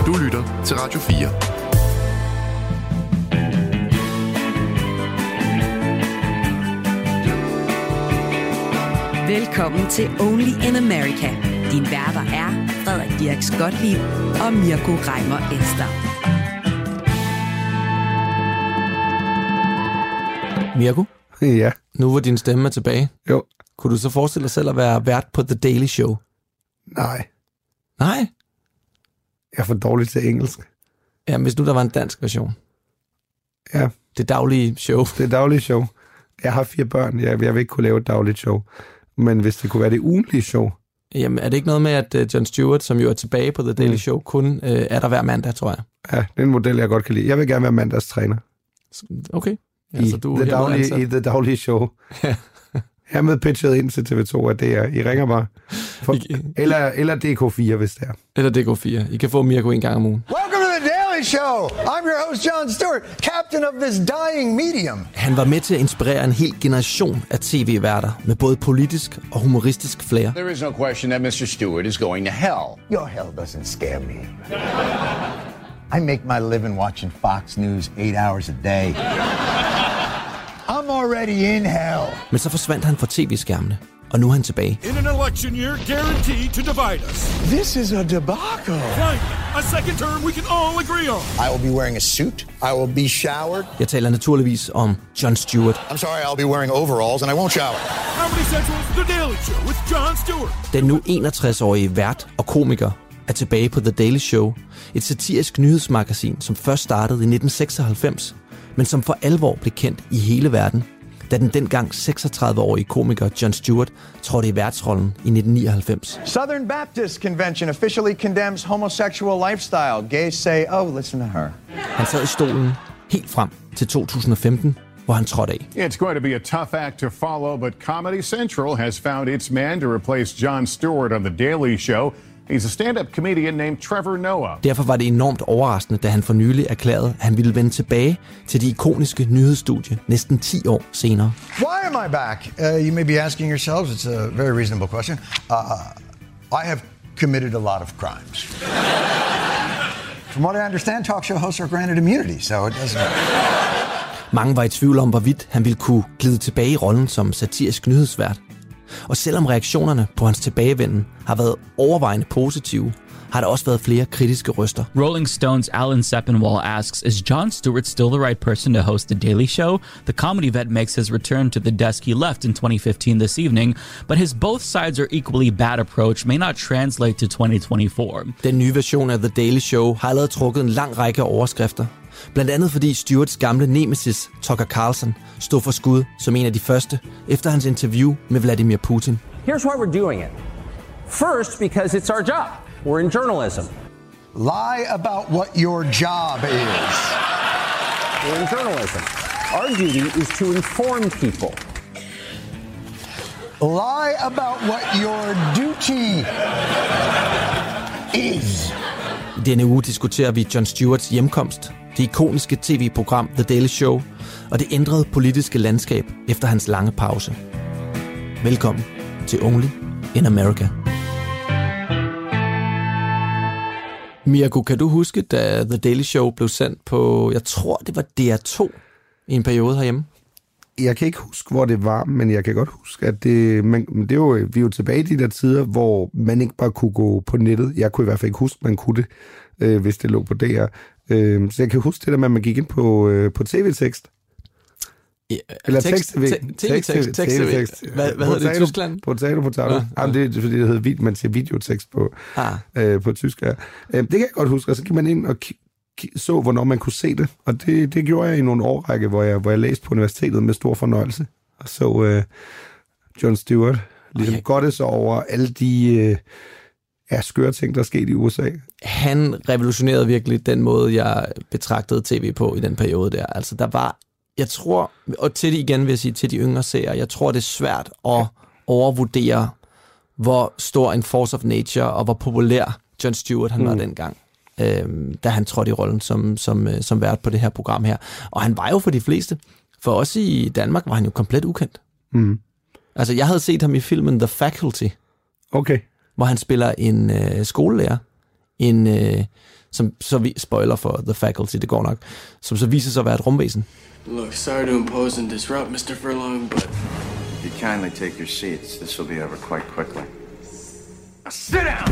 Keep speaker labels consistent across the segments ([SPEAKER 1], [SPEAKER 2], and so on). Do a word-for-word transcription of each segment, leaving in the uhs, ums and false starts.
[SPEAKER 1] Du lytter til Radio fire.
[SPEAKER 2] Velkommen til Only in America. Din værter er Frederik Dirks Gottlieb og Mirko Reimer Ester.
[SPEAKER 3] Mirko?
[SPEAKER 4] Ja.
[SPEAKER 3] Nu hvor din stemme er tilbage.
[SPEAKER 4] Jo.
[SPEAKER 3] Kunne du så forestille dig selv at være vært på The Daily Show?
[SPEAKER 4] Nej.
[SPEAKER 3] Nej?
[SPEAKER 4] Jeg er for dårlig til engelsk.
[SPEAKER 3] Ja, hvis nu der var en dansk version.
[SPEAKER 4] Ja.
[SPEAKER 3] Det daglige show.
[SPEAKER 4] Det daglige show. Jeg har fire børn. Jeg, jeg vil ikke kunne lave et dagligt show. Men hvis det kunne være det ugentlige show.
[SPEAKER 3] Jamen, er det ikke noget med, at uh, Jon Stewart, som jo er tilbage på The Daily mm. Show, kun uh, er der hver mandag, tror jeg?
[SPEAKER 4] Ja, det er en model, jeg godt kan lide. Jeg vil gerne være mandagstræner.
[SPEAKER 3] Okay.
[SPEAKER 4] I, altså, du det daglige, I det daglige show. Ja. Hermed pitchet ind til T V to, at det er. I ringer bare. For, I, eller, eller D K fire, hvis det er.
[SPEAKER 3] Eller D K fire. I kan få Mirko en gang om ugen.
[SPEAKER 5] Welcome to The Daily Show. I'm your host, Jon Stewart, captain of this dying medium.
[SPEAKER 3] Han var med til at inspirere en hel generation af tv-værter med både politisk og humoristisk flair.
[SPEAKER 6] There is no question that mister Stewart is going to hell.
[SPEAKER 5] Your hell doesn't scare me. I make my living watching Fox News eight hours a day. I'm already in hell.
[SPEAKER 3] Men så forsvandt han fra tv-skærmene, og nu er han tilbage.
[SPEAKER 7] In an election year guaranteed to divide us.
[SPEAKER 5] This is a debacle.
[SPEAKER 7] Fine. A second term we can all agree on.
[SPEAKER 5] I will be wearing a suit. I will be showered.
[SPEAKER 3] Jeg taler naturligvis om Jon Stewart.
[SPEAKER 5] I'm sorry, I'll be wearing overalls and I won't shower.
[SPEAKER 7] Comedy Central's The Daily Show with Jon Stewart.
[SPEAKER 3] Den nu enogtres-årige vært og komiker er tilbage på The Daily Show, et satirisk nyhedsmagasin, som først startede i nitten seksoghalvfems, men som for alvor blev kendt i hele verden, da den dengang seksogtredive-årige komiker Jon Stewart trådte i værtsrollen i nitten nioghalvfems.
[SPEAKER 5] Southern Baptist Convention officially condemns homosexual lifestyle. Gays say, oh, listen to her.
[SPEAKER 3] Han sad i stolen helt frem til to tusind og femten, hvor han trådte af.
[SPEAKER 8] It's going to be a tough act to follow, but Comedy Central has found its man to replace Jon Stewart on The Daily Show. He's a stand-up comedian named Trevor Noah.
[SPEAKER 3] Derfor var det enormt overraskende, da han for nylig erklærede, at han ville vende tilbage til det ikoniske nyhedsstudie næsten ti år senere.
[SPEAKER 5] Why am I back? Uh, you may be asking yourselves. It's a very reasonable question. Uh, I have committed a lot of crimes. From what I understand, talk show hosts are granted immunity, so it doesn't...
[SPEAKER 3] Mange var i tvivl om, hvorvidt han ville kunne glide tilbage i rollen som satirisk nyhedsvært. Og selvom reaktionerne på hans tilbagevenden har været overvejende positive, har der også været flere kritiske røster.
[SPEAKER 9] Rolling Stone's Alan Sepinwall asks, is Jon Stewart still the right person to host The Daily Show? The comedy vet makes his return to the desk he left in twenty fifteen this evening, but his both sides are equally bad approach may not translate to twenty twenty-four.
[SPEAKER 3] Den nye version af The Daily Show har allerede trukket en lang række overskrifter. Blandt andet fordi Stewarts gamle nemesis, Tucker Carlson, stod for skud som en af de første efter hans interview med Vladimir Putin.
[SPEAKER 10] Here's why we're doing it. First, because it's our job. We're in journalism.
[SPEAKER 5] Lie about what your job is.
[SPEAKER 10] We're in journalism. Our duty is to inform people.
[SPEAKER 5] Lie about what your duty is.
[SPEAKER 3] I denne uge diskuterer vi Jon Stewarts hjemkomst, det ikoniske tv-program The Daily Show og det ændrede politiske landskab efter hans lange pause. Velkommen til Only in America. Mirko, kan du huske, da The Daily Show blev sendt på, jeg tror det var D R to i en periode herhjemme?
[SPEAKER 4] Jeg kan ikke huske, hvor det var, men jeg kan godt huske, at det, man, det er jo, vi er jo tilbage i de der tider, hvor man ikke bare kunne gå på nettet. Jeg kunne i hvert fald ikke huske, man kunne det, øh, hvis det lå på D R. Øh, så jeg kan huske det der med, at man gik ind på, øh, på tv-tekst.
[SPEAKER 3] Ja,
[SPEAKER 4] Eller
[SPEAKER 3] tekst,
[SPEAKER 4] tekst-tv.
[SPEAKER 3] Tekst-tv. Hvad, hvad hedder det i Tyskland?
[SPEAKER 4] Potato, potato. Ja, ja. Jamen, det er fordi, det hedder, man siger videotekst på, ah. øh, på tysk. Ja. Øh, det kan jeg godt huske, og så gik man ind og så, hvornår man kunne se det. Og det, det gjorde jeg i nogle årrække, hvor jeg, hvor jeg læste på universitetet med stor fornøjelse. Og så øh, Jon Stewart ligesom okay. godte sig over alle de øh, ja, skøre ting, der skete i U S A.
[SPEAKER 3] Han revolutionerede virkelig den måde, jeg betragtede tv på i den periode der. Altså, der var, jeg tror, og til det igen vil jeg sige, til de yngre seere, jeg tror, det er svært at overvurdere, hvor stor en force of nature, og hvor populær Jon Stewart han mm. var dengang. Øh, da han trådte i rollen som, som, som vært på det her program her. Og han var jo for de fleste. For os i Danmark var han jo komplet ukendt.
[SPEAKER 4] Mm.
[SPEAKER 3] Altså, jeg havde set ham i filmen The Faculty.
[SPEAKER 4] Okay.
[SPEAKER 3] Hvor han spiller en øh, skolelærer. En, øh, som så vi spoiler for The Faculty, det går nok, som så viser sig at være et rumvæsen.
[SPEAKER 1] Look, sorry to impose and disrupt, mister Furlong, but
[SPEAKER 11] if you kindly take your seats, this will be over quite quickly. Now sit down!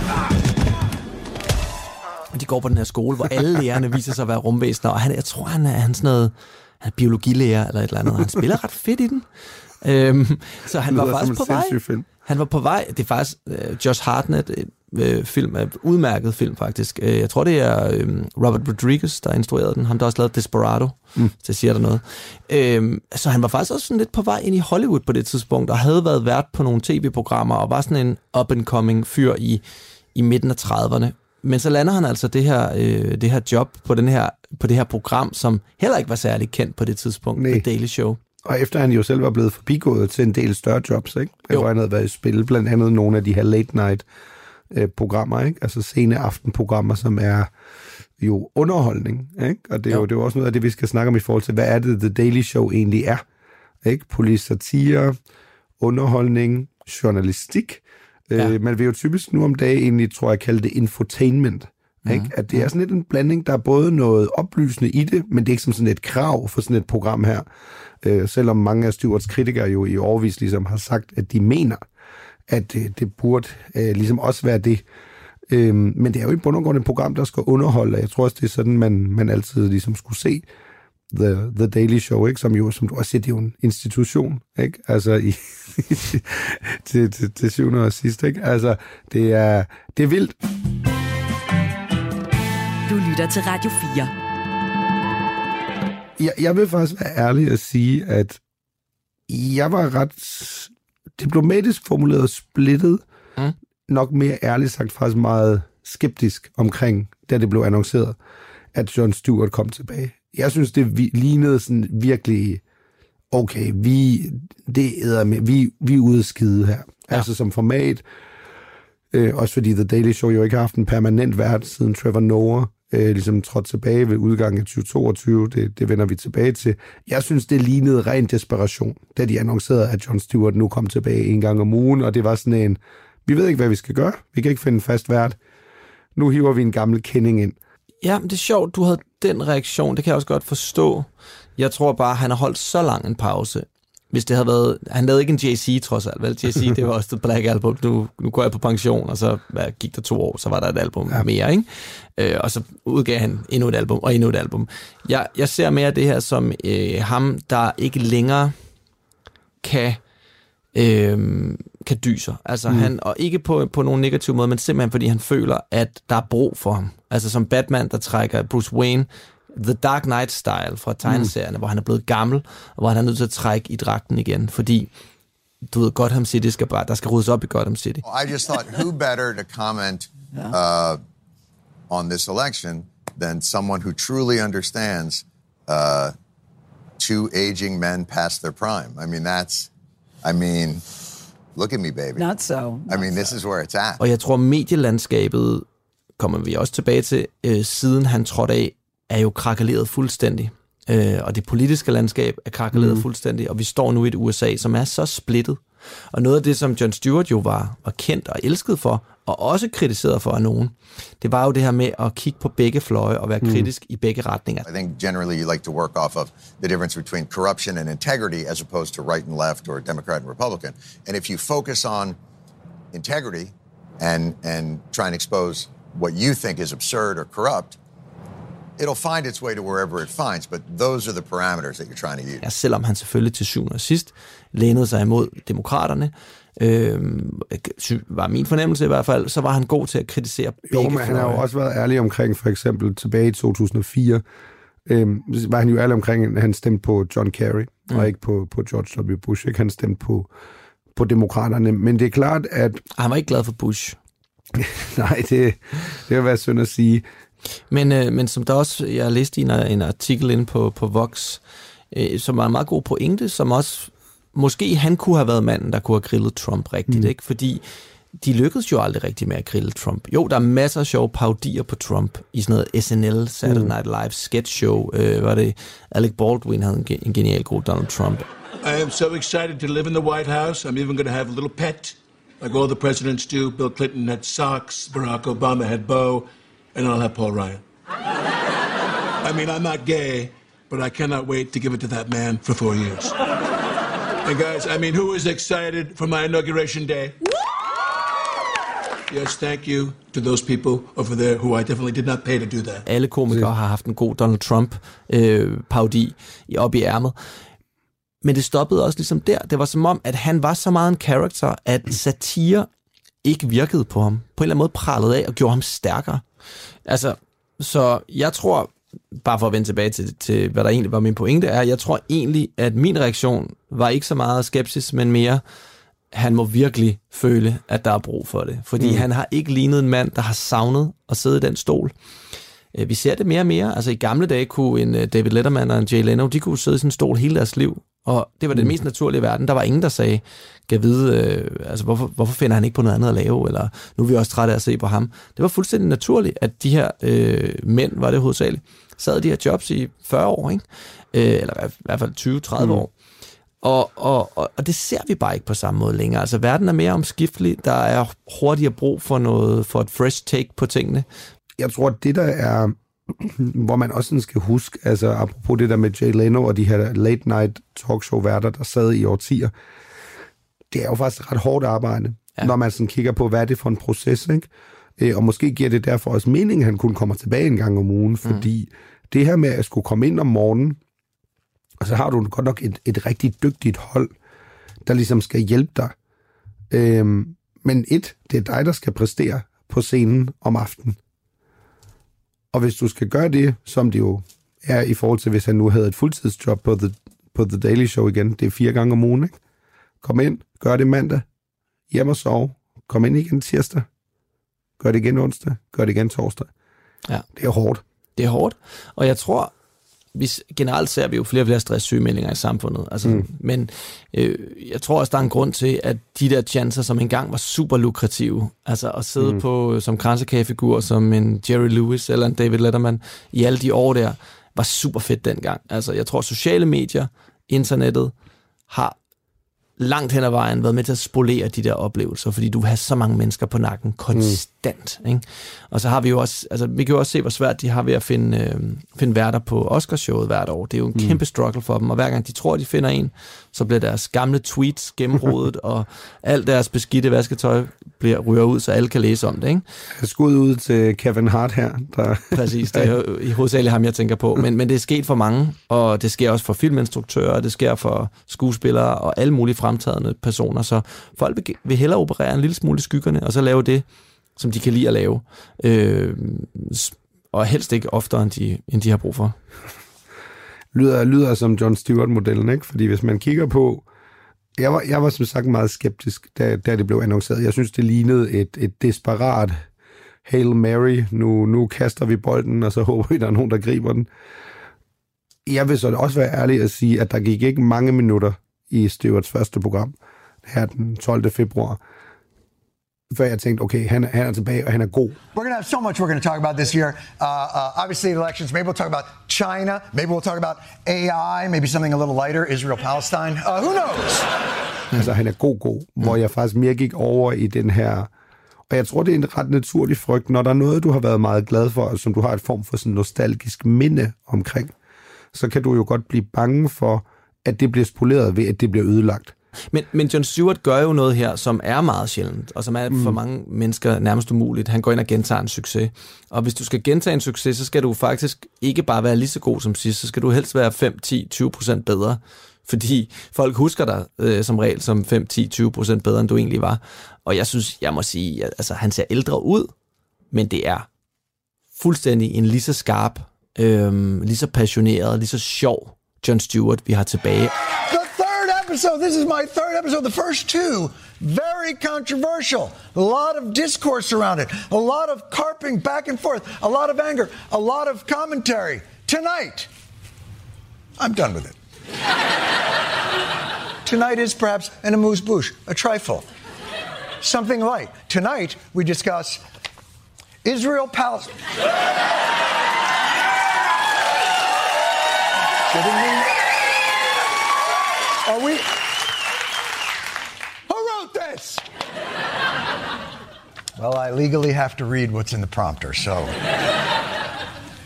[SPEAKER 3] De går på den her skole, hvor alle lærerne viser sig at være rumvæsener, og han, jeg tror, han er, han er sådan noget, han er biologilærer eller et eller andet, og han spiller ret fedt i den. Øhm, så han var faktisk på vej. Han var på vej. Det er faktisk uh, Josh Hartnett, et uh, film, et udmærket film faktisk. Uh, jeg tror, det er uh, Robert Rodriguez, der instruerede den. Han der også lavet Desperado, mm. så siger der noget. Uh, så han var faktisk også sådan lidt på vej ind i Hollywood på det tidspunkt, og havde været vært på nogle tv-programmer, og var sådan en up-and-coming fyr i, i midten af trediverne. Men så lander han altså det her, øh, det her job på, den her, på det her program, som heller ikke var særlig kendt på det tidspunkt, The Daily Show.
[SPEAKER 4] Og efter han jo selv var blevet forbigået til en del større jobs, ikke? Hvor han havde været i spil, blandt andet nogle af de her late-night-programmer, ikke? Altså sene aftenprogrammer, som er jo underholdning, ikke? Og det er jo, det er jo også noget af det, vi skal snakke om i forhold til, hvad er det, The Daily Show egentlig er? Ikke? Politisk satire, underholdning, journalistik. Ja. Øh, man vil jo typisk nu om dagen egentlig, tror jeg, kalde det infotainment. Ikke? Mm. At det er sådan lidt en blanding, der er både noget oplysende i det, men det er ikke som sådan et krav for sådan et program her. Øh, selvom mange af Stewarts kritikere jo i årevis ligesom har sagt, at de mener, at det, det burde øh, ligesom også være det. Øh, men det er jo i bund og grund et program, der skal underholde, og jeg tror også, det er sådan, man, man altid ligesom skulle se The, The Daily Show, ikke? Som jo, som du også siger, det er jo en institution, ikke? Altså i, til, til, til syvende og sidst, ikke? Altså, det er, det er vildt.
[SPEAKER 2] Du lytter til Radio fire.
[SPEAKER 4] Jeg, jeg vil faktisk være ærlig at sige, at jeg var ret diplomatisk formuleret splittet, mm. nok mere ærligt sagt faktisk meget skeptisk omkring, da det blev annonceret, at Jon Stewart kom tilbage. Jeg synes, det lignede sådan virkelig, okay, vi, det æder med, vi, vi er ude at skide her. Ja. Altså som format, øh, også fordi The Daily Show jo ikke har haft en permanent vært siden Trevor Noah øh, ligesom trådte tilbage ved udgangen af tyve toogtyve. Det, det vender vi tilbage til. Jeg synes, det lignede ren desperation, da de annoncerede, at Jon Stewart nu kom tilbage en gang om ugen, og det var sådan en, vi ved ikke, hvad vi skal gøre. Vi kan ikke finde en fast vært. Nu hiver vi en gammel kending ind.
[SPEAKER 3] Ja, det er sjovt, du havde den reaktion. Det kan jeg også godt forstå. Jeg tror bare, han har holdt så lang en pause. Hvis det havde været... Han lavede ikke en Jay-Z, trods alt. Vel? Jay-Z, det var også The Black Album. Nu, nu går jeg på pension, og så hvad, gik der to år, så var der et album ja. mere, ikke? Øh, og så udgav han endnu et album, og endnu et album. Jeg, jeg ser mere det her som øh, ham, der ikke længere kan... Øh, kan dyser. Altså mm. han, og ikke på, på nogen negativ måde, men simpelthen fordi han føler, at der er brug for ham. Altså som Batman, der trækker Bruce Wayne, The Dark Knight-style fra tegneserierne, mm. hvor han er blevet gammel, og hvor han er nødt til at trække i dragten igen, fordi du ved, Gotham City skal bare, der skal ryddes op i Gotham City.
[SPEAKER 12] I just thought, who better to comment uh, on this election than someone who truly understands uh, two aging men past their prime. I mean, that's I mean, look at me, baby.
[SPEAKER 13] Not so. Not
[SPEAKER 12] I mean, this
[SPEAKER 13] so.
[SPEAKER 12] is where it's at.
[SPEAKER 3] Og jeg tror, medielandskabet, kommer vi også tilbage til, øh, siden han trådte af, er jo krakeleret fuldstændig. Øh, og det politiske landskab er krakeleret mm. fuldstændig, og vi står nu i et U S A, som er så splittet. Og noget af det, som Jon Stewart jo var, var kendt og elsket for, og også kritiseret for af nogen, det var jo det her med at kigge på begge fløje og være mm. kritisk i begge retninger.
[SPEAKER 12] I think generally you like to work off of the difference between corruption and integrity as opposed to right and left or Democrat and Republican. And if you focus on integrity and and try and expose what you think is absurd or corrupt, it'll find its way to wherever it finds, but those are the parameters that you're trying to use.
[SPEAKER 3] Ja, selvom han selvfølgelig til syvende og sidst lænede sig imod demokraterne, øh, var min fornemmelse i hvert fald, så var han god til at kritisere begge.
[SPEAKER 4] Jo, men han har jo også været ærlig omkring, for eksempel tilbage i to tusind og fire, øh, var han jo ærlig omkring, at han stemte på John Kerry, mm. og ikke på, på George W. Bush. Ikke? Han stemte på, på demokraterne, men det er klart, at...
[SPEAKER 3] Han var ikke glad for Bush.
[SPEAKER 4] Nej, det, det vil være synd at sige.
[SPEAKER 3] Men, øh, men som der også, jeg læste en, en artikel inde på, på Vox, øh, som var en meget god pointe, som også, måske han kunne have været manden, der kunne have grillet Trump rigtigt, mm. ikke? Fordi de lykkedes jo aldrig rigtig med at grille Trump. Jo, der er masser af sjove parodier på Trump i sådan noget S N L, Saturday mm. Night Live, sketch show, øh, var det Alec Baldwin havde en, en genial god Donald Trump.
[SPEAKER 14] I am so excited to live in the White House. I'm even going to have a little pet, like all the presidents do. Bill Clinton had socks, Barack Obama had Bo, and I'll have Paul Ryan. I mean, I'm not gay, but I cannot wait to give it to that man for four years. And guys, I mean, who is excited for my inauguration day? Yes, thank you to those people over there who I definitely did not pay to do that.
[SPEAKER 3] Alle komikere har haft en god Donald Trump-parodi øh, op i ærmet. Men det stoppede også ligesom der. Det var som om, at han var så meget en character, at satire ikke virkede på ham. På en eller anden måde prallede af og gjorde ham stærkere. Altså, så jeg tror, bare for at vende tilbage til, til hvad der egentlig var min pointe, er, jeg tror egentlig, at min reaktion var ikke så meget skepsis, men mere, han må virkelig føle, at der er brug for det. Fordi mm. han har ikke lignet en mand, der har savnet at sidde i den stol. Vi ser det mere og mere. Altså i gamle dage kunne en David Letterman og en Jay Leno, de kunne sidde i sin stol hele deres liv. Og det var det mm. mest naturlige i verden. Der var ingen, der sagde, kan vide, øh, altså hvorfor, hvorfor finder han ikke på noget andet at lave, eller nu er vi også trætte af at se på ham. Det var fuldstændig naturligt, at de her øh, mænd, var det hovedsageligt, sad de her jobs i fyrre år, ikke? Øh, eller i hvert fald tyve til tredive mm. år. Og, og, og, og det ser vi bare ikke på samme måde længere. Altså verden er mere omskiftelig, der er hurtigere brug for noget, for et fresh take på tingene.
[SPEAKER 4] Jeg tror, at det der er, hvor man også skal huske, altså apropos det der med Jay Leno og de her late night talkshow-værter, der sad i årtier, det er jo faktisk ret hårdt arbejde, ja. Når man sådan kigger på, hvad er det for en proces, ikke? Og måske giver det derfor også mening, at han kun kommer tilbage en gang om ugen, fordi mm. det her med at skulle komme ind om morgenen, og så har du godt nok et, et rigtig dygtigt hold, der ligesom skal hjælpe dig. Øhm, men et, det er dig, der skal præstere på scenen om aftenen. Og hvis du skal gøre det, som det jo er i forhold til, hvis han nu havde et fuldtidsjob på The, på The Daily Show igen, det er fire gange om ugen, ikke? Kom ind, gør det mandag, hjem og sove, kom ind igen tirsdag, gør det igen onsdag, gør det igen torsdag.
[SPEAKER 3] Ja.
[SPEAKER 4] Det er hårdt.
[SPEAKER 3] Det er hårdt, og jeg tror, hvis, generelt ser vi jo flere og flere stresssygemeldinger i samfundet, altså, mm. men øh, jeg tror også, der er en grund til, at de der chancer, som engang var super lukrative, altså at sidde mm. på som kransekagefigur, som en Jerry Lewis eller en David Letterman, i alle de år der, var super fedt dengang. Altså, jeg tror, sociale medier, internettet, har langt hen ad vejen været med til at spolere de der oplevelser, fordi du har så mange mennesker på nakken konstant. Mm. Ikke? Og så har vi jo også, altså vi kan jo også se, hvor svært de har ved at finde, øh, finde værter på Oscarshowet hvert år. Det er jo en mm. kæmpe struggle for dem, og hver gang de tror, de finder en, så bliver deres gamle tweets gennemrodet, og alt deres beskidte vasketøj bliver ryger ud, så alle kan læse om det. Ikke?
[SPEAKER 4] Skud ud til Kevin Hart her. Der...
[SPEAKER 3] Præcis, det er jo i hovedsageligt ham, jeg tænker på. Men, men det er sket for mange, og det sker også for filminstruktører, det sker for skuespillere og alle mulige fremtrædende personer, så folk vil, vil hellere operere en lille smule i skyggerne, og så lave det, som de kan lide at lave. Øh, og helst ikke oftere, end de, end de har brug for.
[SPEAKER 4] Lyder, lyder som Jon Stewart-modellen, ikke? Fordi hvis man kigger på... Jeg var, jeg var som sagt meget skeptisk, da, da det blev annonceret. Jeg synes, det lignede et, et desperat Hail Mary. Nu, nu kaster vi bolden, og så håber vi, der er nogen, der griber den. Jeg vil så også være ærlig at sige, at der gik ikke mange minutter i Stewarts første program, her den tolvte februar, før jeg tænkte, okay, han, han er tilbage, og han er god.
[SPEAKER 5] We're going to have so much we're going to talk about this year. Uh, uh, obviously, elections. Maybe we'll talk about China. Maybe we'll talk about A I. Maybe something a little lighter, Israel-Palestine. Uh, who knows?
[SPEAKER 4] Altså, han er god, god. Mm. Hvor jeg faktisk mere gik over i den her... Og jeg tror, det er en ret naturlig frygt, når der er noget, du har været meget glad for, og som du har et form for sådan nostalgisk minde omkring, så kan du jo godt blive bange for, at det bliver spoleret ved, at det bliver ødelagt.
[SPEAKER 3] Men, men Jon Stewart gør jo noget her, som er meget sjældent, og som er for mange mennesker nærmest umuligt. Han går ind og gentager en succes. Og hvis du skal gentage en succes, så skal du faktisk ikke bare være lige så god som sidst, så skal du helst være fem, ti, tyve procent bedre. Fordi folk husker dig øh, som regel som fem, ti, tyve procent bedre, end du egentlig var. Og jeg synes, jeg må sige, at altså, han ser ældre ud, men det er fuldstændig en lige så skarp, øh, lige så passioneret, lige så sjov Jon Stewart, vi har tilbage.
[SPEAKER 5] Episode. This is my third episode. The first two, very controversial. A lot of discourse around it. A lot of carping back and forth. A lot of anger. A lot of commentary. Tonight, I'm done with it. Tonight is perhaps an amuse-bouche, a trifle. Something light. Tonight, we discuss Israel-Palestine. Kidding me? Are we? Who wrote this? Well, I legally have to read what's in the prompter, so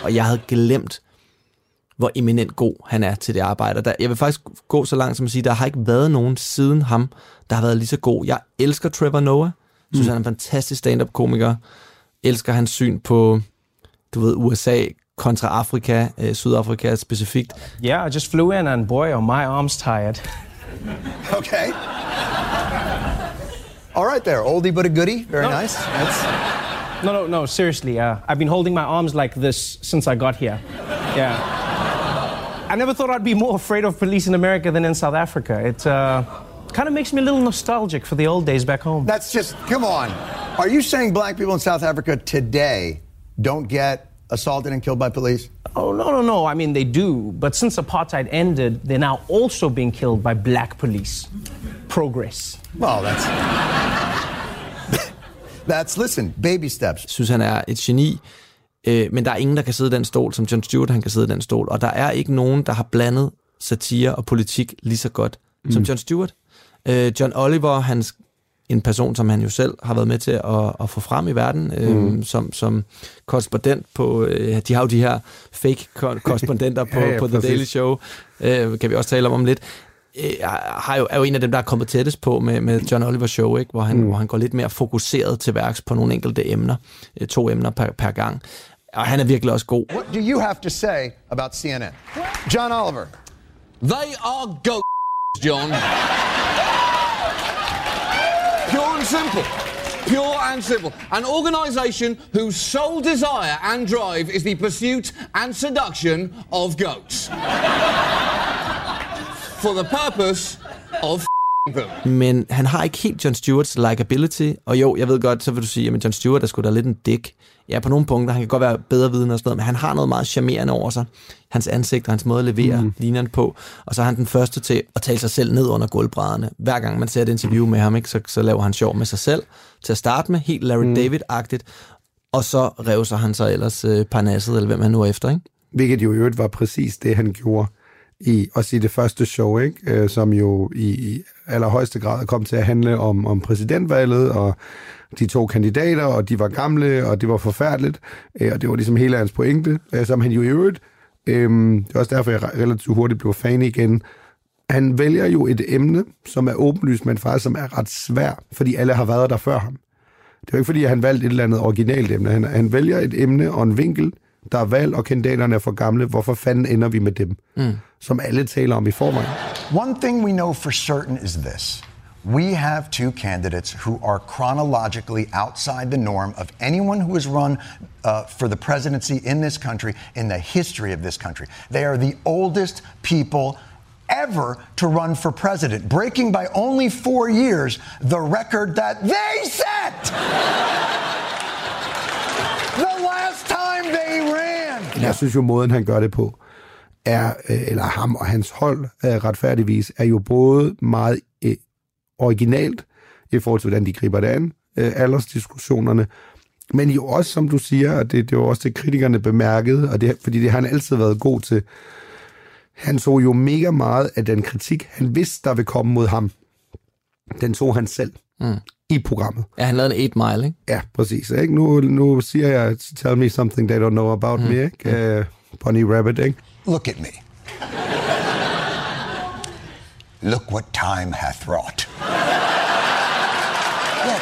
[SPEAKER 3] og jeg havde glemt, hvor eminent god han er til det arbejde. Der, jeg vil faktisk gå så langt som at sige, der har ikke været nogen siden ham, der har været lige så god. Jeg elsker Trevor Noah. Jeg synes, mm. han er en fantastisk stand-up-komiker. Elsker hans syn på, du ved, U S A kontra Afrika, øh, Sydafrika specifikt.
[SPEAKER 13] Yeah, I just flew in and boy, are my arms tired.
[SPEAKER 5] Okay. All right there, oldie but a goodie. Very
[SPEAKER 13] no,
[SPEAKER 5] nice. That's...
[SPEAKER 13] No, no, no, seriously. Uh, I've been holding my arms like this since I got here. Yeah. I never thought I'd be more afraid of police in America than in South Africa. It uh, kind of makes me a little nostalgic for the old days back home.
[SPEAKER 5] That's just, come on. Are you saying black people in South Africa today don't get assaulted and killed by police?
[SPEAKER 13] Oh, no, no, no. I mean, they do. But since apartheid ended, they're now also being killed by black police. Progress.
[SPEAKER 5] Well, that's... that's, listen, baby steps.
[SPEAKER 3] Jeg synes, han er et geni. Øh, men der er ingen, der kan sidde i den stol, som Jon Stewart, han kan sidde i den stol. Og der er ikke nogen, der har blandet satire og politik lige så godt mm. som Jon Stewart. Øh, John Oliver, hans, en person, som han jo selv har været med til at, at få frem i verden, øh, mm. som, som korrespondent på... Øh, de har jo de her fake korrespondenter på, ja, ja, på The Daily Show. Øh, kan vi også tale om om lidt. Øh, har jo, er jo en af dem, der er kommet tættest på med, med John Oliver Show, ikke? Hvor, han, mm. hvor han går lidt mere fokuseret til værks på nogle enkelte emner. Øh, to emner per, per gang. Og han er virkelig også god.
[SPEAKER 5] What do you have to say about C N N? John Oliver.
[SPEAKER 15] They are goats, John. Pure and simple. Pure and simple. An organisation whose sole desire and drive is the pursuit and seduction of goats. For the purpose of them.
[SPEAKER 3] Men han har ikke helt Jon Stewarts likability. Og jo, jeg ved godt, så vil du sige, at Jon Stewart er sgu da lidt en dick. Ja, på nogle punkter. Han kan godt være bedre viden og sådan noget, men han har noget meget charmerende over sig. Hans ansigt og hans måde at levere mm. linjerne på. Og så er han den første til at tale sig selv ned under gulvbrædderne. Hver gang man ser et interview med ham, ikke, så, så laver han sjov med sig selv. Til at starte med, helt Larry mm. David-agtigt. Og så revser han sig ellers øh, parnasset, eller hvem han nu er efter, ikke?
[SPEAKER 4] Hvilket jo i øvrigt var præcis det, han gjorde i, også i det første show, ikke? Øh, som jo i, i allerhøjeste grad kom til at handle om, om præsidentvalget, og de to kandidater, og de var gamle, og det var forfærdeligt, øh, og det var ligesom hele hans pointe, øh, som han jo i øvrigt, øh, det er også derfor, jeg relativt hurtigt blev fan igen. Han vælger jo et emne, som er åbenlyst, men faktisk som er ret svært, fordi alle har været der før ham. Det er jo ikke, fordi han valgte et eller andet originalt emne. Han, han vælger et emne og en vinkel, der er valg, og kandidaterne er for gamle. Hvorfor fanden ender vi med dem? Mm. Som alle taler om i forvejen.
[SPEAKER 5] One thing we know for certain is this. We have two candidates who are chronologically outside the norm of anyone who has run uh, for the presidency in this country, in the history of this country. They are the oldest people ever to run for president, breaking by only four years the record that they set! The last time they ran!
[SPEAKER 4] Jeg synes jo, måden han gør det på, er, eller ham og hans hold retfærdigvis, er jo både meget eh, originalt i forhold til, hvordan de griber det an, eh, aldersdiskussionerne, men jo også, som du siger, og det, det var også det, kritikerne bemærkede, og det, fordi det har han altid været god til. Han så jo mega meget af den kritik, han vidste, der vil komme mod ham. Den så han selv mm. i programmet.
[SPEAKER 3] Ja, han lavede en eight mile, ikke?
[SPEAKER 4] Ja, præcis. Ikke? Nu, nu siger jeg, tell me something they don't know about mm. me, ikke? Uh, Bunny Rabbit, ikke?
[SPEAKER 5] Look at me. Look what time hath wrought. Look.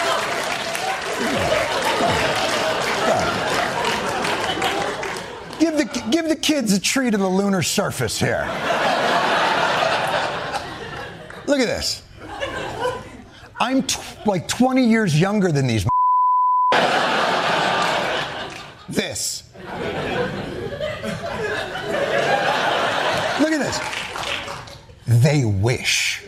[SPEAKER 5] Give the, give the kids a treat of the lunar surface here. Look at this. I'm t- like twenty years younger than these. This. Look at this. They wish.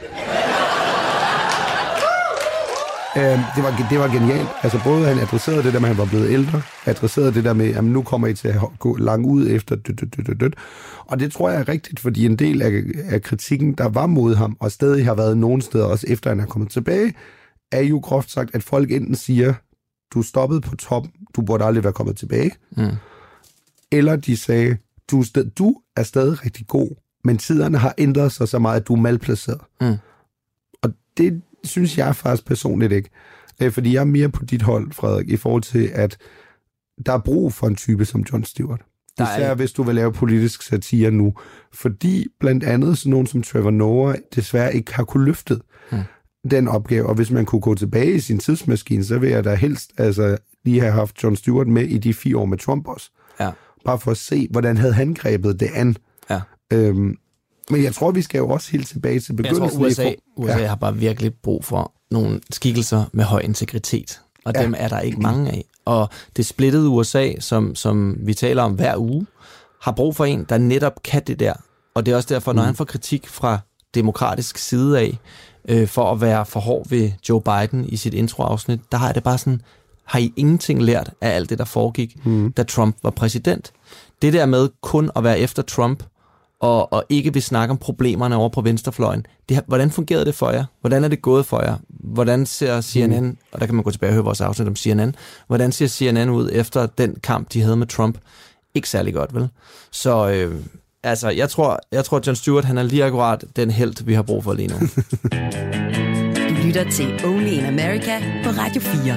[SPEAKER 4] Øhm, det, var, det var genialt. Altså både han adresserede det der med, at han var blevet ældre, adresserede det der med, at nu kommer I til at gå langt ud efter død, død, død, død. Og det tror jeg er rigtigt, fordi en del af, af kritikken, der var mod ham, og stadig har været nogen steder, også efter han er kommet tilbage, er jo groft sagt, at folk enten siger, du stoppede på toppen, du burde aldrig være kommet tilbage, mm. eller de sagde, du, sted, du er stadig rigtig god, men tiderne har ændret sig så meget, at du er malplaceret. Mm. Og det synes jeg faktisk personligt ikke. Fordi jeg er mere på dit hold, Frederik, i forhold til, at der er brug for en type som Jon Stewart.
[SPEAKER 3] Der
[SPEAKER 4] Især
[SPEAKER 3] er...
[SPEAKER 4] hvis du vil lave politisk satire nu. Fordi blandt andet sådan nogen som Trevor Noah desværre ikke har kunne løftet hmm. den opgave. Og hvis man kunne gå tilbage i sin tidsmaskine, så vil jeg da helst altså, lige have haft Jon Stewart med i de fire år med Trump også.
[SPEAKER 3] Ja.
[SPEAKER 4] Bare for at se, hvordan havde han grebet det an.
[SPEAKER 3] Ja.
[SPEAKER 4] Øhm, men jeg tror, vi skal jo også helt tilbage til begyndelsen.
[SPEAKER 3] Jeg tror, U S A,
[SPEAKER 4] for...
[SPEAKER 3] U S A ja. har bare virkelig brug for nogle skikkelser med høj integritet. Og ja. dem er der ikke mange af. Og det splittede U S A, som, som vi taler om hver uge, har brug for en, der netop kan det der. Og det er også derfor, når mm. han får kritik fra demokratisk side af, øh, for at være for hård ved Joe Biden i sit introafsnit, der har det bare sådan, har I ingenting lært af alt det, der foregik, mm. da Trump var præsident? Det der med kun at være efter Trump, og, og ikke vil snakke om problemerne over på venstrefløjen, det har, hvordan fungerede det for jer? Hvordan er det gået for jer? Hvordan ser C N N, mm. og der kan man gå tilbage og høre vores afsnit om C N N, hvordan ser C N N ud efter den kamp, de havde med Trump? Ikke særlig godt, vel? Så øh, altså, jeg tror, jeg tror, at Jon Stewart, han er lige akkurat den helt, vi har brug for lige nu.
[SPEAKER 2] Du lytter til Only in America på Radio fire.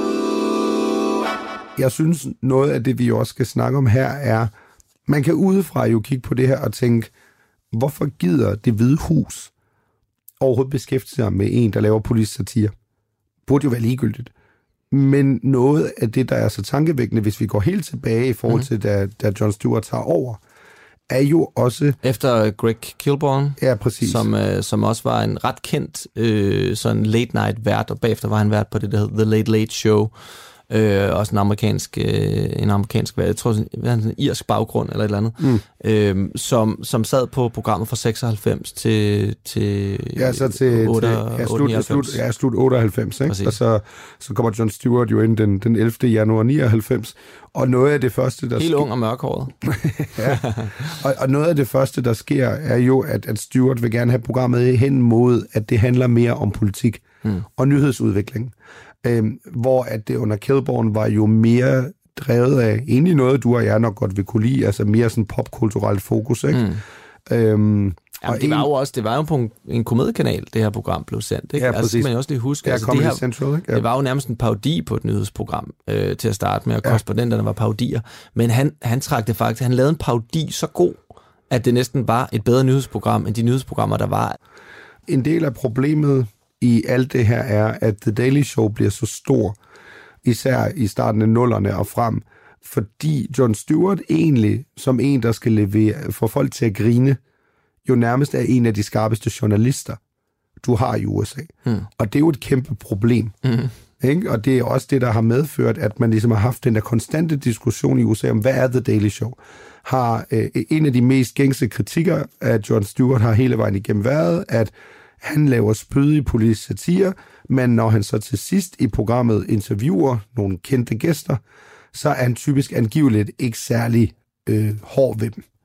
[SPEAKER 4] Jeg synes, noget af det, vi også skal snakke om her, er, man kan udefra jo kigge på det her og tænke, hvorfor gider Det Hvide Hus overhovedet beskæftige sig med en, der laver politisk satire? Burde jo være ligegyldigt. Men noget af det, der er så tankevækkende, hvis vi går helt tilbage i forhold til, da, da Jon Stewart tager over, er jo også...
[SPEAKER 3] Efter Greg Kilborn,
[SPEAKER 4] ja, præcis.
[SPEAKER 3] Som, øh, som også var en ret kendt øh, sådan late night vært, og bagefter var han vært på det, der hedder The Late Late Show. Øh, også en amerikansk, øh, en amerikansk, jeg tror, han har en irsk baggrund eller et eller andet, mm. øh, som, som sad på programmet fra seksoghalvfems til til
[SPEAKER 4] ja, så til,
[SPEAKER 3] otte,
[SPEAKER 4] til ja, slut, slut, ja, slut otteoghalvfems, ikke? Og så, så kommer Jon Stewart jo ind den, den ellevte januar nioghalvfems, og noget af det første, der
[SPEAKER 3] helt sk- ung og mørkhåret.
[SPEAKER 4] ja, og, og noget af det første, der sker, er jo, at, at Stewart vil gerne have programmet hen mod, at det handler mere om politik mm. og nyhedsudvikling. Øhm, hvor at det under Kilborn var jo mere drevet af egentlig noget, du og jeg nok godt vil kunne lide, altså mere sådan popkulturelt fokus, ikke? Mm. Øhm,
[SPEAKER 3] Jamen, det var jo også, det var jo på en, en komediekanal, det her program blev sendt, ikke?
[SPEAKER 4] Ja,
[SPEAKER 3] altså, skal man jo også lige huske.
[SPEAKER 4] Ja,
[SPEAKER 3] altså, det, her,
[SPEAKER 4] Central, ikke? Ja.
[SPEAKER 3] Det var jo nærmest en parodi på et nyhedsprogram øh, til at starte med, og ja. korrespondenterne var parodier. Men han, han trak det faktisk, han lavede en parodi så god, at det næsten var et bedre nyhedsprogram, end de nyhedsprogrammer, der var.
[SPEAKER 4] En del af problemet i alt det her er, at The Daily Show bliver så stor, især i starten af nullerne og frem, fordi Jon Stewart egentlig, som en, der skal levere, få folk til at grine, jo nærmest er en af de skarpeste journalister, du har i U S A. Hmm. Og det er jo et kæmpe problem. Hmm. Ikke? Og det er også det, der har medført, at man ligesom har haft den der konstante diskussion i U S A om, hvad er The Daily Show? Har øh, en af de mest gængse kritikker af Jon Stewart har hele vejen igennem været, at han laver spydig politisk satire, men når han så til sidst i programmet interviewer nogle kendte gæster, så er han typisk angiveligt ikke særlig øh, hård ved dem.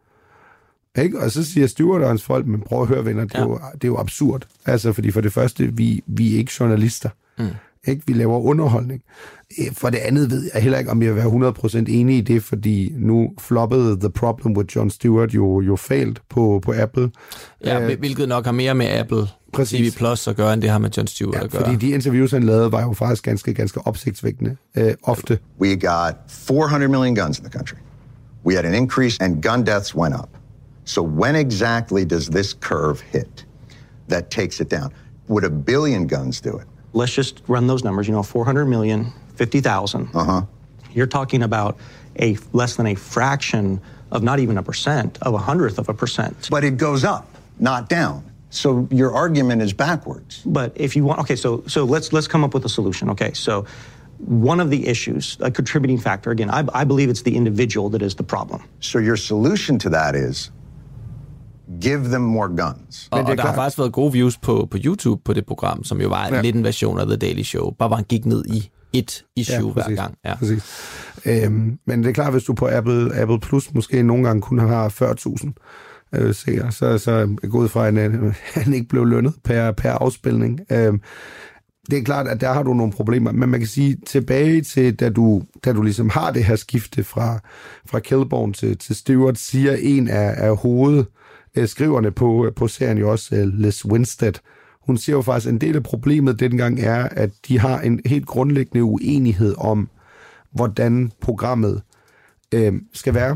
[SPEAKER 4] Ikke? Og så siger Stewart og hans folk, men prøv at høre, venner, det er, ja. jo, det er jo absurd. Altså, fordi for det første, vi, vi er ikke journalister. Mm. Ikke? Vi laver underholdning. For det andet ved jeg heller ikke, om jeg vil være hundrede procent enig i det, fordi nu floppede The Problem with Jon Stewart jo, jo failed på, på Apple.
[SPEAKER 3] Ja, uh, hvilket nok har mere med Apple T V Plus at gøre, end det har med Jon Stewart
[SPEAKER 4] ja,
[SPEAKER 3] at gøre.
[SPEAKER 4] Fordi de interviews, han lavede, var jo faktisk ganske, ganske opsigtsvækkende uh, ofte.
[SPEAKER 16] We got four hundred million guns in the country. We had an increase and gun deaths went up. So when exactly does this curve hit that takes it down? Would a billion guns do it?
[SPEAKER 17] Let's just run those numbers, you know, four hundred million, fifty thousand.
[SPEAKER 16] Uh-huh.
[SPEAKER 17] You're talking about a less than a fraction of not even a percent, of a hundredth of a percent.
[SPEAKER 16] But it goes up, not down. So your argument is backwards.
[SPEAKER 17] But if you want, okay, so so let's let's come up with a solution. Okay, so one of the issues, a contributing factor, again, I, I believe it's the individual that is the problem.
[SPEAKER 16] So your solution to that is give them more guns.
[SPEAKER 3] Og, og der har faktisk været gode views på, på YouTube på det program, som jo var en ja. lidt en version af The Daily Show. Bare hvor han gik ned i et issue ja, hver gang. Ja,
[SPEAKER 4] præcis. Øhm, men det er klart, hvis du på Apple, Apple Plus måske nogle gange kun har fyrre tusind øh, seere, så, så er jeg gået fra, at han ikke blev lønnet per, per afspilning. Øhm, det er klart, at der har du nogle problemer, men man kan sige, tilbage til, da du, da du ligesom har det her skifte fra, fra Kilborn til, til Stewart, siger en af, af hoved skriverne på, på serien jo også, Liz Winstead. Hun siger jo faktisk, at en del af problemet dengang er, at de har en helt grundlæggende uenighed om, hvordan programmet øh, skal være.